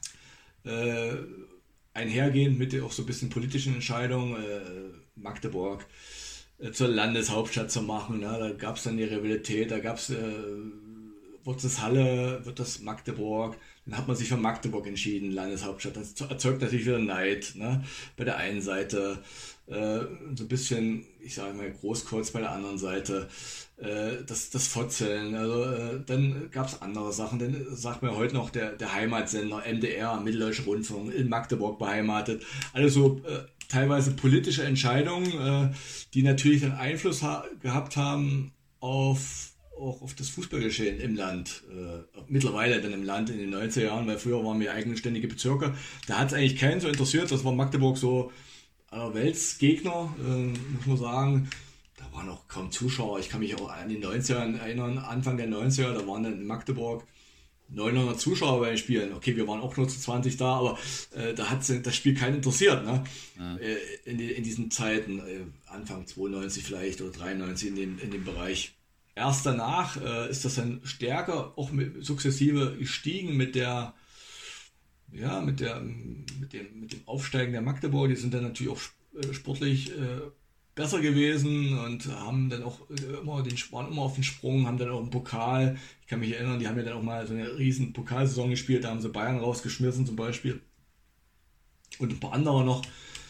äh, einhergehend mit auch so ein bisschen politischen Entscheidungen, äh, Magdeburg zur Landeshauptstadt zu machen. Ne? Da gab es dann die Rivalität, da gab es, äh, wird das Halle, wird das Magdeburg, dann hat man sich für Magdeburg entschieden, Landeshauptstadt. Das erzeugt natürlich wieder Neid, ne? Bei der einen Seite, äh, so ein bisschen, ich sage mal, Großkreuz bei der anderen Seite, äh, das, das Fotzeln, also äh, dann gab es andere Sachen, dann sagt man heute noch der, der Heimatsender, M D R, Mitteldeutsche Rundfunk, in Magdeburg beheimatet, alles so äh, teilweise politische Entscheidungen, äh, die natürlich dann Einfluss ha- gehabt haben auf, auch auf das Fußballgeschehen im Land. Äh, mittlerweile dann im Land in den neunziger Jahren, weil früher waren wir eigenständige Bezirke. Da hat es eigentlich keinen so interessiert. Das war Magdeburg so Weltsgegner, äh, muss man sagen. Da waren auch kaum Zuschauer. Ich kann mich auch an die neunziger erinnern, Anfang der neunziger, da waren dann in Magdeburg neunhundert Zuschauer bei den Spielen. Okay, wir waren auch nur zu zwanzig da, aber äh, da hat das Spiel keinen interessiert. Ne? Ja. Äh, in, die, in diesen Zeiten, äh, Anfang zweiundneunzig vielleicht oder dreiundneunzig in dem, in dem Bereich. Erst danach äh, ist das dann stärker, auch mit, sukzessive gestiegen mit der, ja, mit der, mit dem, mit dem Aufsteigen der Magdeburg. Die sind dann natürlich auch äh, sportlich äh, besser gewesen und haben dann auch immer den, waren immer auf den Sprung, haben dann auch einen Pokal, ich kann mich erinnern, die haben ja dann auch mal so eine riesen Pokalsaison gespielt, da haben sie Bayern rausgeschmissen zum Beispiel und ein paar andere noch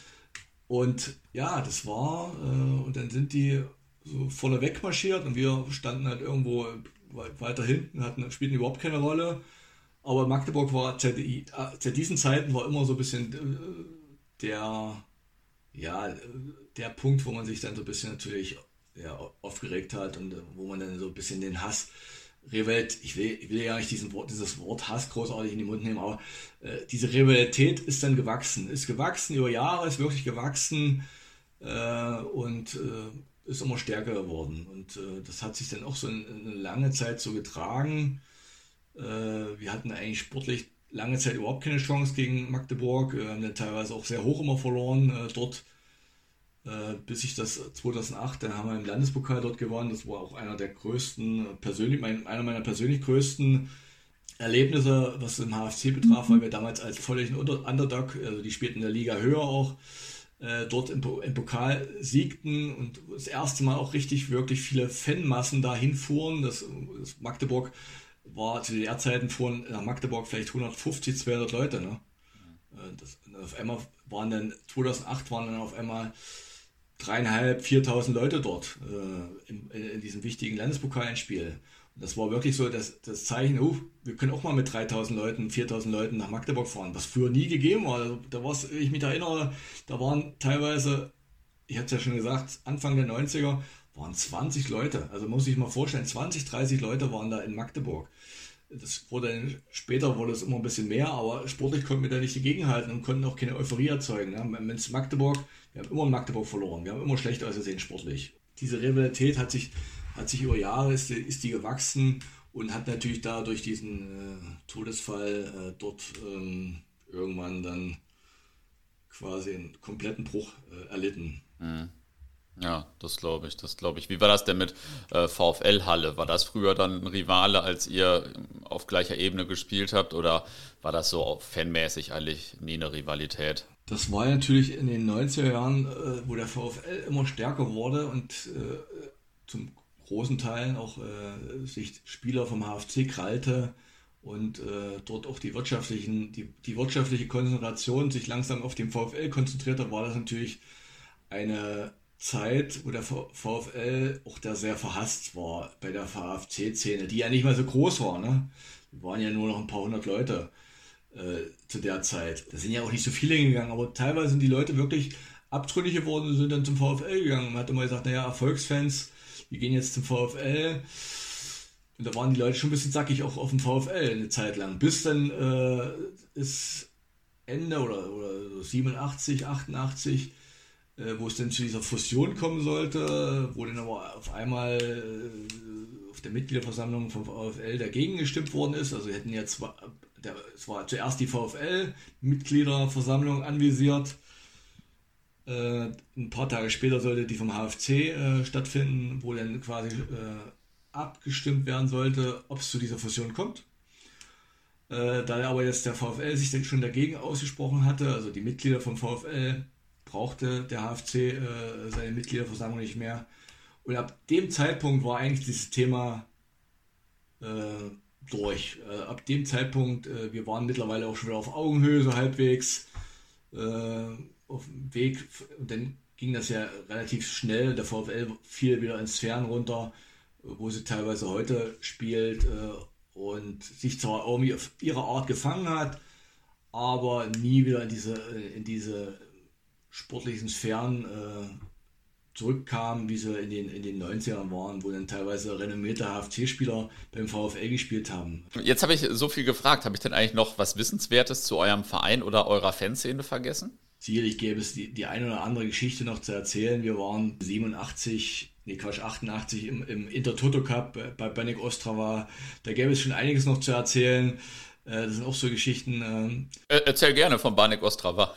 und ja, das war äh, und dann sind die so vorneweg marschiert und wir standen halt irgendwo weiter hinten, hatten, spielten überhaupt keine Rolle, aber Magdeburg war seit, seit diesen Zeiten war immer so ein bisschen äh, der ja, der Punkt, wo man sich dann so ein bisschen natürlich ja, aufgeregt hat und wo man dann so ein bisschen den Hass Rivalität, ich will, ich will ja nicht diesen Wort, dieses Wort Hass großartig in den Mund nehmen, aber äh, diese Rivalität ist dann gewachsen, ist gewachsen über Jahre, ist wirklich gewachsen äh, und äh, ist immer stärker geworden und äh, das hat sich dann auch so in, in eine lange Zeit so getragen. Äh, wir hatten eigentlich sportlich lange Zeit überhaupt keine Chance gegen Magdeburg. Wir haben dann teilweise auch sehr hoch immer verloren äh, dort, äh, bis ich das zweitausendacht, dann haben wir im Landespokal dort gewonnen. Das war auch einer der größten, persönlich, mein, einer meiner persönlich größten Erlebnisse, was im H F C betraf, weil wir damals als völligen Underdog, also die spielten in der Liga höher auch, äh, dort im, im Pokal siegten und das erste Mal auch richtig, wirklich viele Fanmassen dahin fuhren. Das, das Magdeburg war zu den Zeiten fuhren nach Magdeburg vielleicht hundertfünfzig, zweihundert Leute. Ne? Das, auf einmal waren dann, zweitausendacht waren dann auf einmal dreieinhalb, viertausend Leute dort äh, in, in diesem wichtigen Landespokalspiel. Und das war wirklich so das, das Zeichen, oh, wir können auch mal mit dreitausend Leuten, viertausend Leuten nach Magdeburg fahren, was früher nie gegeben war. Also, da war's, ich mich erinnere, da waren teilweise, ich hatte es ja schon gesagt, Anfang der neunziger, waren zwanzig Leute. Also muss ich mal vorstellen, zwanzig, dreißig Leute waren da in Magdeburg. Das wurde später wurde es immer ein bisschen mehr, aber sportlich konnten wir da nicht dagegenhalten und konnten auch keine Euphorie erzeugen. Ja, mit Magdeburg, wir haben immer in Magdeburg verloren, wir haben immer schlecht ausgesehen sportlich. Diese Rivalität hat sich, hat sich über Jahre ist, ist die gewachsen und hat natürlich da durch diesen äh, Todesfall äh, dort ähm, irgendwann dann quasi einen kompletten Bruch äh, erlitten. Mhm. Ja, das glaube ich, das glaube ich. Wie war das denn mit äh, VfL Halle? War das früher dann ein Rivale, als ihr auf gleicher Ebene gespielt habt, oder war das so fanmäßig eigentlich nie eine Rivalität? Das war natürlich in den neunziger Jahren, äh, wo der VfL immer stärker wurde und äh, zum großen Teilen auch äh, sich Spieler vom H F C krallte und äh, dort auch die, wirtschaftlichen, die, die wirtschaftliche Konzentration sich langsam auf den VfL konzentrierte, war das natürlich eine Zeit, wo der VfL auch der sehr verhasst war bei der V F C-Szene, die ja nicht mal so groß war. Ne? Die waren ja nur noch ein paar hundert Leute äh, zu der Zeit. Da sind ja auch nicht so viele hingegangen, aber teilweise sind die Leute wirklich abtrünnig geworden und sind dann zum VfL gegangen. Man hat immer gesagt, naja, Erfolgsfans, die gehen jetzt zum VfL. Und da waren die Leute schon ein bisschen sackig auch auf dem VfL eine Zeit lang. Bis dann äh, ist Ende oder, oder siebenundachtzig, achtundachtzig, äh, wo es dann zu dieser Fusion kommen sollte, wo dann aber auf einmal äh, auf der Mitgliederversammlung vom VfL dagegen gestimmt worden ist. Also wir hätten jetzt, der, es war zuerst die VfL-Mitgliederversammlung anvisiert. Äh, ein paar Tage später sollte die vom H F C äh, stattfinden, wo dann quasi äh, abgestimmt werden sollte, ob es zu dieser Fusion kommt. Äh, da aber jetzt der VfL sich schon dagegen ausgesprochen hatte, also die Mitglieder vom VfL, brauchte der H F C äh, seine Mitgliederversammlung nicht mehr. Und ab dem Zeitpunkt war eigentlich dieses Thema äh, durch. Äh, ab dem Zeitpunkt, äh, wir waren mittlerweile auch schon wieder auf Augenhöhe, so halbwegs äh, auf dem Weg. Und dann ging das ja relativ schnell. Der VfL fiel wieder ins Sphären runter, wo sie teilweise heute spielt äh, und sich zwar irgendwie auf ihre Art gefangen hat, aber nie wieder in diese, in diese sportlichen Sphären äh, zurückkam, wie sie in den, in den neunzigern waren, wo dann teilweise renommierte H F C-Spieler beim VfL gespielt haben. Jetzt habe ich so viel gefragt. Habe ich denn eigentlich noch was Wissenswertes zu eurem Verein oder eurer Fanszene vergessen? Sicherlich gäbe es die, die eine oder andere Geschichte noch zu erzählen. Wir waren siebenundachtzig, nee Quatsch, achtundachtzig im, im Intertoto Cup bei Baník Ostrava. Da gäbe es schon einiges noch zu erzählen. Äh, das sind auch so Geschichten. Ähm, Erzähl gerne von Baník Ostrava.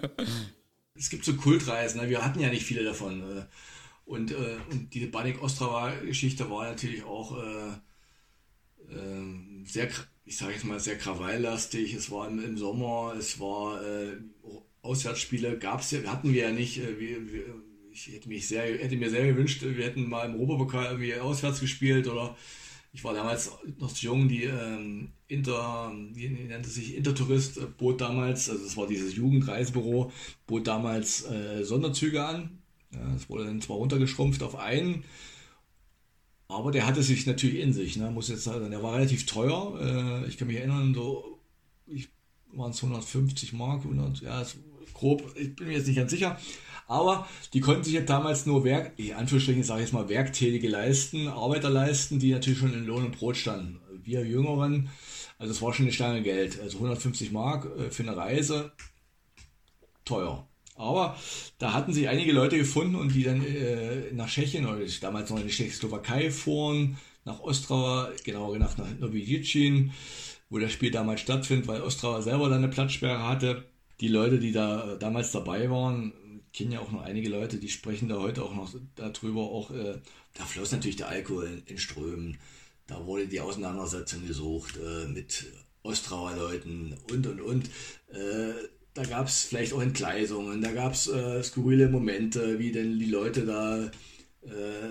Es gibt so Kultreisen, ne? Wir hatten ja nicht viele davon. Äh, und, äh, und diese Baník Ostrava-Geschichte war natürlich auch äh, äh, sehr, ich sage jetzt mal, sehr krawalllastig. Es war im, im Sommer, es war äh, Auswärtsspiele, gab es ja, hatten wir ja nicht. Äh, wir, wir, ich hätte, mich sehr, hätte mir sehr gewünscht, wir hätten mal im Europapokal irgendwie auswärts gespielt oder ich war damals noch zu jung, die ähm, Inter, wie nannte sich, Intertourist äh, bot damals, also das war dieses Jugendreisebüro, bot damals äh, Sonderzüge an. Ja, das wurde dann zwar runtergeschrumpft auf einen, aber der hatte sich natürlich in sich, ne? Muss jetzt sagen, der war relativ teuer. Äh, ich kann mich erinnern, so ich, waren es hundertfünfzig Mark, hundert, ja, ist grob, ich bin mir jetzt nicht ganz sicher. Aber die konnten sich ja damals nur Werk, in Anführungsstrichen sage ich jetzt mal, Werktätige leisten, Arbeiter leisten, die natürlich schon in Lohn und Brot standen. Wir Jüngeren, also es war schon eine Stange Geld. Also hundertfünfzig Mark für eine Reise, teuer. Aber da hatten sich einige Leute gefunden und die dann äh, nach Tschechien, oder damals noch in die Tschechoslowakei fuhren, nach Ostrava, genauer gesagt nach Novi Jičín, wo das Spiel damals stattfindet, weil Ostrava selber dann eine Platzsperre hatte. Die Leute, die da damals dabei waren, kennen ja auch noch einige Leute, die sprechen da heute auch noch darüber. Auch, äh, da floss natürlich der Alkohol in, in Strömen. Da wurde die Auseinandersetzung gesucht äh, mit Ostrauer Leuten und und und. Äh, da gab es vielleicht auch Entgleisungen, da gab es äh, skurrile Momente, wie denn die Leute da äh,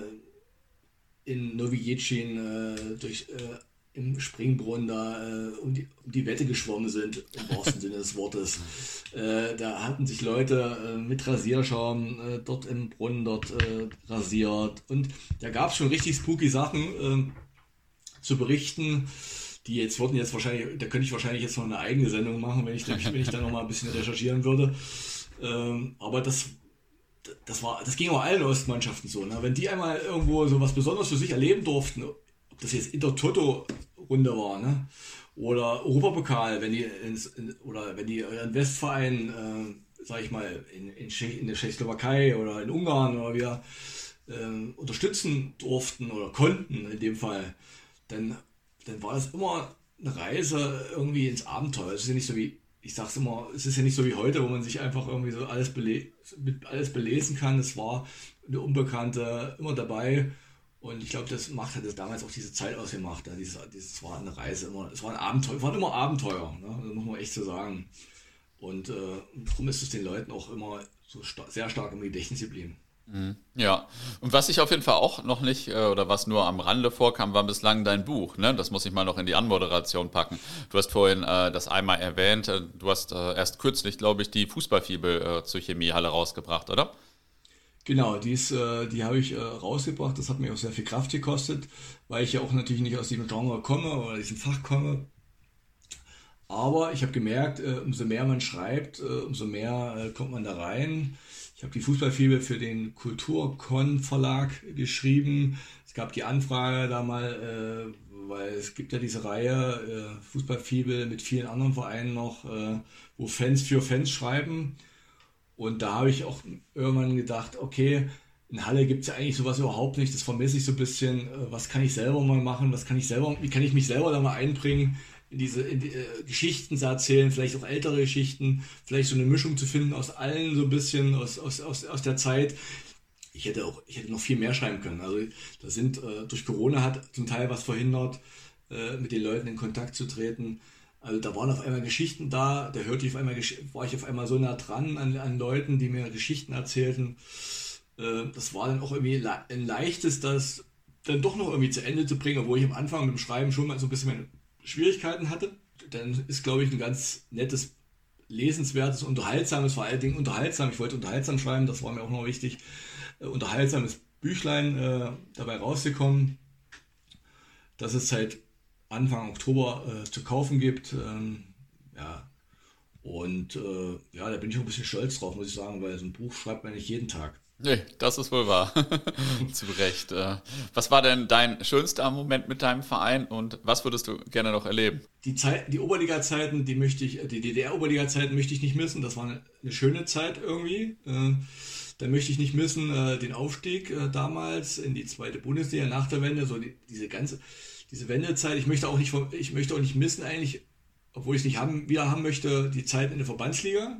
in Novi Jičín äh, durch äh, im Springbrunnen da äh, um, die, um die Wette geschwommen sind, im wahrsten Sinne des Wortes. Äh, da hatten sich Leute äh, mit Rasierschaum äh, dort im Brunnen dort äh, rasiert. Und da gab es schon richtig spooky Sachen äh, zu berichten, die jetzt wurden jetzt wahrscheinlich, da könnte ich wahrscheinlich jetzt noch eine eigene Sendung machen, wenn ich, wenn ich da noch mal ein bisschen recherchieren würde. Ähm, aber das das war, das ging auch allen Ostmannschaften so. Ne? Wenn die einmal irgendwo so was Besonderes für sich erleben durften, ob das jetzt Intertoto-Runde war, ne? Oder Europapokal, wenn die ins, in, oder wenn die ihren Westverein, äh, sag ich mal, in, in, Tschech, in der Tschechoslowakei oder in Ungarn oder wieder äh, unterstützen durften oder konnten in dem Fall, dann, dann war das immer eine Reise irgendwie ins Abenteuer. Es ist ja nicht so wie, ich sag's immer, es ist ja nicht so wie heute, wo man sich einfach irgendwie so alles, bele- mit alles belesen kann. Es war eine Unbekannte immer dabei. Und ich glaube, das macht, hat das damals auch diese Zeit ausgemacht. Ne? Dieses, dieses war eine Reise immer, es war ein Abenteuer, es waren immer Abenteuer, ne? Das muss man echt so sagen. Und äh, darum ist es den Leuten auch immer so sta- sehr stark im Gedächtnis geblieben. Ja, und was ich auf jeden Fall auch noch nicht äh, oder was nur am Rande vorkam, war bislang dein Buch. Ne? Das muss ich mal noch in die Anmoderation packen. Du hast vorhin äh, das einmal erwähnt. Äh, Du hast äh, erst kürzlich, glaube ich, die Fußballfibel äh, zur Chemiehalle rausgebracht, oder? Genau, die, ist, äh, die habe ich äh, rausgebracht. Das hat mir auch sehr viel Kraft gekostet, weil ich ja auch natürlich nicht aus diesem Genre komme oder diesem Fach komme. Aber ich habe gemerkt, äh, umso mehr man schreibt, äh, umso mehr äh, kommt man da rein. Ich habe die Fußballfibel für den Kulturkon Verlag geschrieben. Es gab die Anfrage da mal, äh, weil es gibt ja diese Reihe äh, Fußballfibel mit vielen anderen Vereinen noch, äh, wo Fans für Fans schreiben. Und da habe ich auch irgendwann gedacht, okay, in Halle gibt es ja eigentlich sowas überhaupt nicht. Das vermisse ich so ein bisschen. Äh, Was kann ich selber mal machen? Was kann ich selber, wie kann ich mich selber da mal einbringen, in diese in die, äh, Geschichten zu erzählen, vielleicht auch ältere Geschichten, vielleicht so eine Mischung zu finden aus allen so ein bisschen, aus, aus, aus, aus der Zeit. Ich hätte auch, ich hätte noch viel mehr schreiben können. Also da sind äh, durch Corona hat zum Teil was verhindert, äh, mit den Leuten in Kontakt zu treten. Also da waren auf einmal Geschichten da, da hörte ich auf einmal, Gesch- war ich auf einmal so nah dran an, an Leuten, die mir Geschichten erzählten. Äh, das war dann auch irgendwie le- ein leichtes, das dann doch noch irgendwie zu Ende zu bringen, obwohl ich am Anfang mit dem Schreiben schon mal so ein bisschen meine Schwierigkeiten hatte. Dann ist, glaube ich, ein ganz nettes, lesenswertes, unterhaltsames, vor allen Dingen unterhaltsam. Ich wollte unterhaltsam schreiben, das war mir auch noch wichtig. Äh, unterhaltsames Büchlein äh, dabei rausgekommen, das es seit Anfang Oktober äh, zu kaufen gibt. Ähm, ja, und äh, ja, da bin ich auch ein bisschen stolz drauf, muss ich sagen, weil so ein Buch schreibt man nicht jeden Tag. Nee, das ist wohl wahr. Zu Recht. Äh, Was war denn dein schönster Moment mit deinem Verein und was würdest du gerne noch erleben? Die Zeit, die Oberliga-Zeiten, die möchte ich, die D D R-Oberliga-Zeiten möchte ich nicht missen. Das war eine, eine schöne Zeit irgendwie. Äh, da möchte ich nicht missen äh, den Aufstieg äh, damals in die zweite Bundesliga nach der Wende, so die, diese ganze, diese Wendezeit. Ich möchte auch nicht, vom- ich möchte auch nicht missen eigentlich, obwohl ich es nicht haben, wieder haben möchte, die Zeit in der Verbandsliga.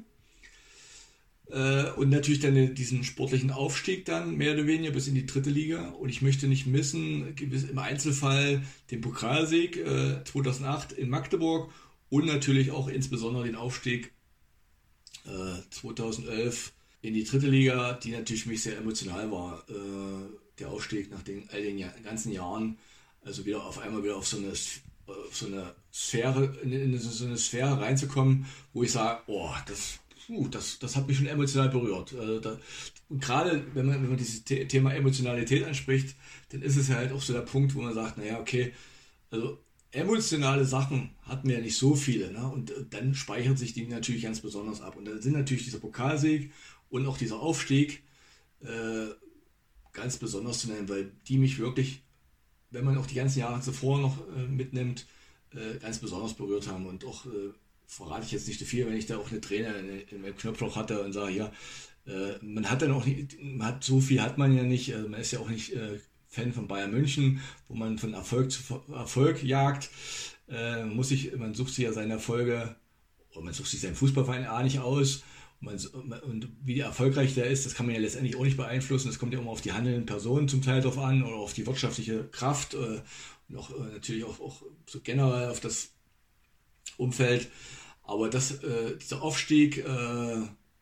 Äh, und natürlich dann den- diesen sportlichen Aufstieg dann mehr oder weniger bis in die dritte Liga. Und ich möchte nicht missen, gewiss- im Einzelfall den Pokalsieg äh, zweitausendacht in Magdeburg und natürlich auch insbesondere den Aufstieg äh, zweitausendelf in die dritte Liga, die natürlich für mich sehr emotional war. Äh, der Aufstieg nach den, all den Jahr, ganzen Jahren, also wieder auf einmal wieder auf so eine, S- auf so eine Sphäre, in, in so eine Sphäre reinzukommen, wo ich sage, oh, das, puh, das, das hat mich schon emotional berührt. Also da, und gerade wenn man, wenn man dieses The Thema Emotionalität anspricht, dann ist es ja halt auch so der Punkt, wo man sagt, naja, okay, also emotionale Sachen hatten wir ja nicht so viele, ne? Und äh, dann speichert sich die natürlich ganz besonders ab. Und dann sind natürlich dieser Pokalsieg und auch dieser Aufstieg äh, ganz besonders zu nennen, weil die mich wirklich, wenn man auch die ganzen Jahre zuvor noch äh, mitnimmt, äh, ganz besonders berührt haben. Und auch, äh, verrate ich jetzt nicht zu viel, wenn ich da auch eine Träne in, in meinem Knopfloch hatte und sage, ja, äh, man hat dann auch nicht, man hat, so viel hat man ja nicht, also man ist ja auch nicht äh, Fan von Bayern München, wo man von Erfolg zu Erfolg jagt, äh, muss ich, man sucht sich ja seine Erfolge, oder man sucht sich seinen Fußballverein auch nicht aus. Und, man, und wie erfolgreich der ist, das kann man ja letztendlich auch nicht beeinflussen. Das kommt ja immer auf die handelnden Personen zum Teil drauf an oder auf die wirtschaftliche Kraft äh, und auch äh, natürlich auch, auch so generell auf das Umfeld. Aber das, äh, dieser Aufstieg äh,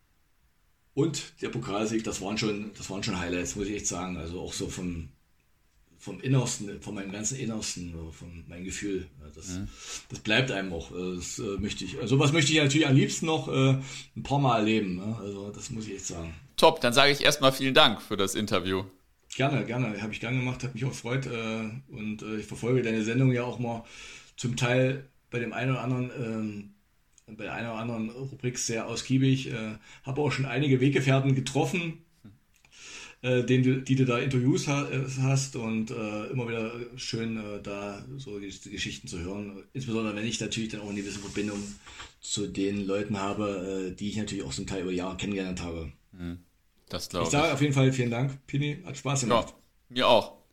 und der Pokalsieg, das waren schon, das waren schon Highlights, muss ich echt sagen. Also auch so vom, vom Innersten, von meinem ganzen Innersten, so von meinem Gefühl. Ja, Das, Mhm. das bleibt einem auch. Äh, Das äh, möchte ich, also sowas möchte ich natürlich am liebsten noch äh, ein paar Mal erleben. Ne? Also das muss ich echt sagen. Top, dann sage ich erstmal vielen Dank für das Interview. Gerne, gerne. Habe ich gern gemacht, hat mich auch gefreut. Äh, und äh, ich verfolge deine Sendung ja auch mal zum Teil bei dem einen oder anderen, ähm, bei der einen oder anderen Rubrik sehr ausgiebig. Äh, habe auch schon einige Weggefährten getroffen, äh, den du, die du da Interviews ha äh, hast und äh, immer wieder schön äh, da so die, die Geschichten zu hören. Insbesondere wenn ich natürlich dann auch eine gewisse Verbindung zu den Leuten habe, äh, die ich natürlich auch zum Teil über Jahre kennengelernt habe. Das Ich glaube sage ich. auf jeden Fall vielen Dank, Pini, hat Spaß gemacht. Ja, mir auch.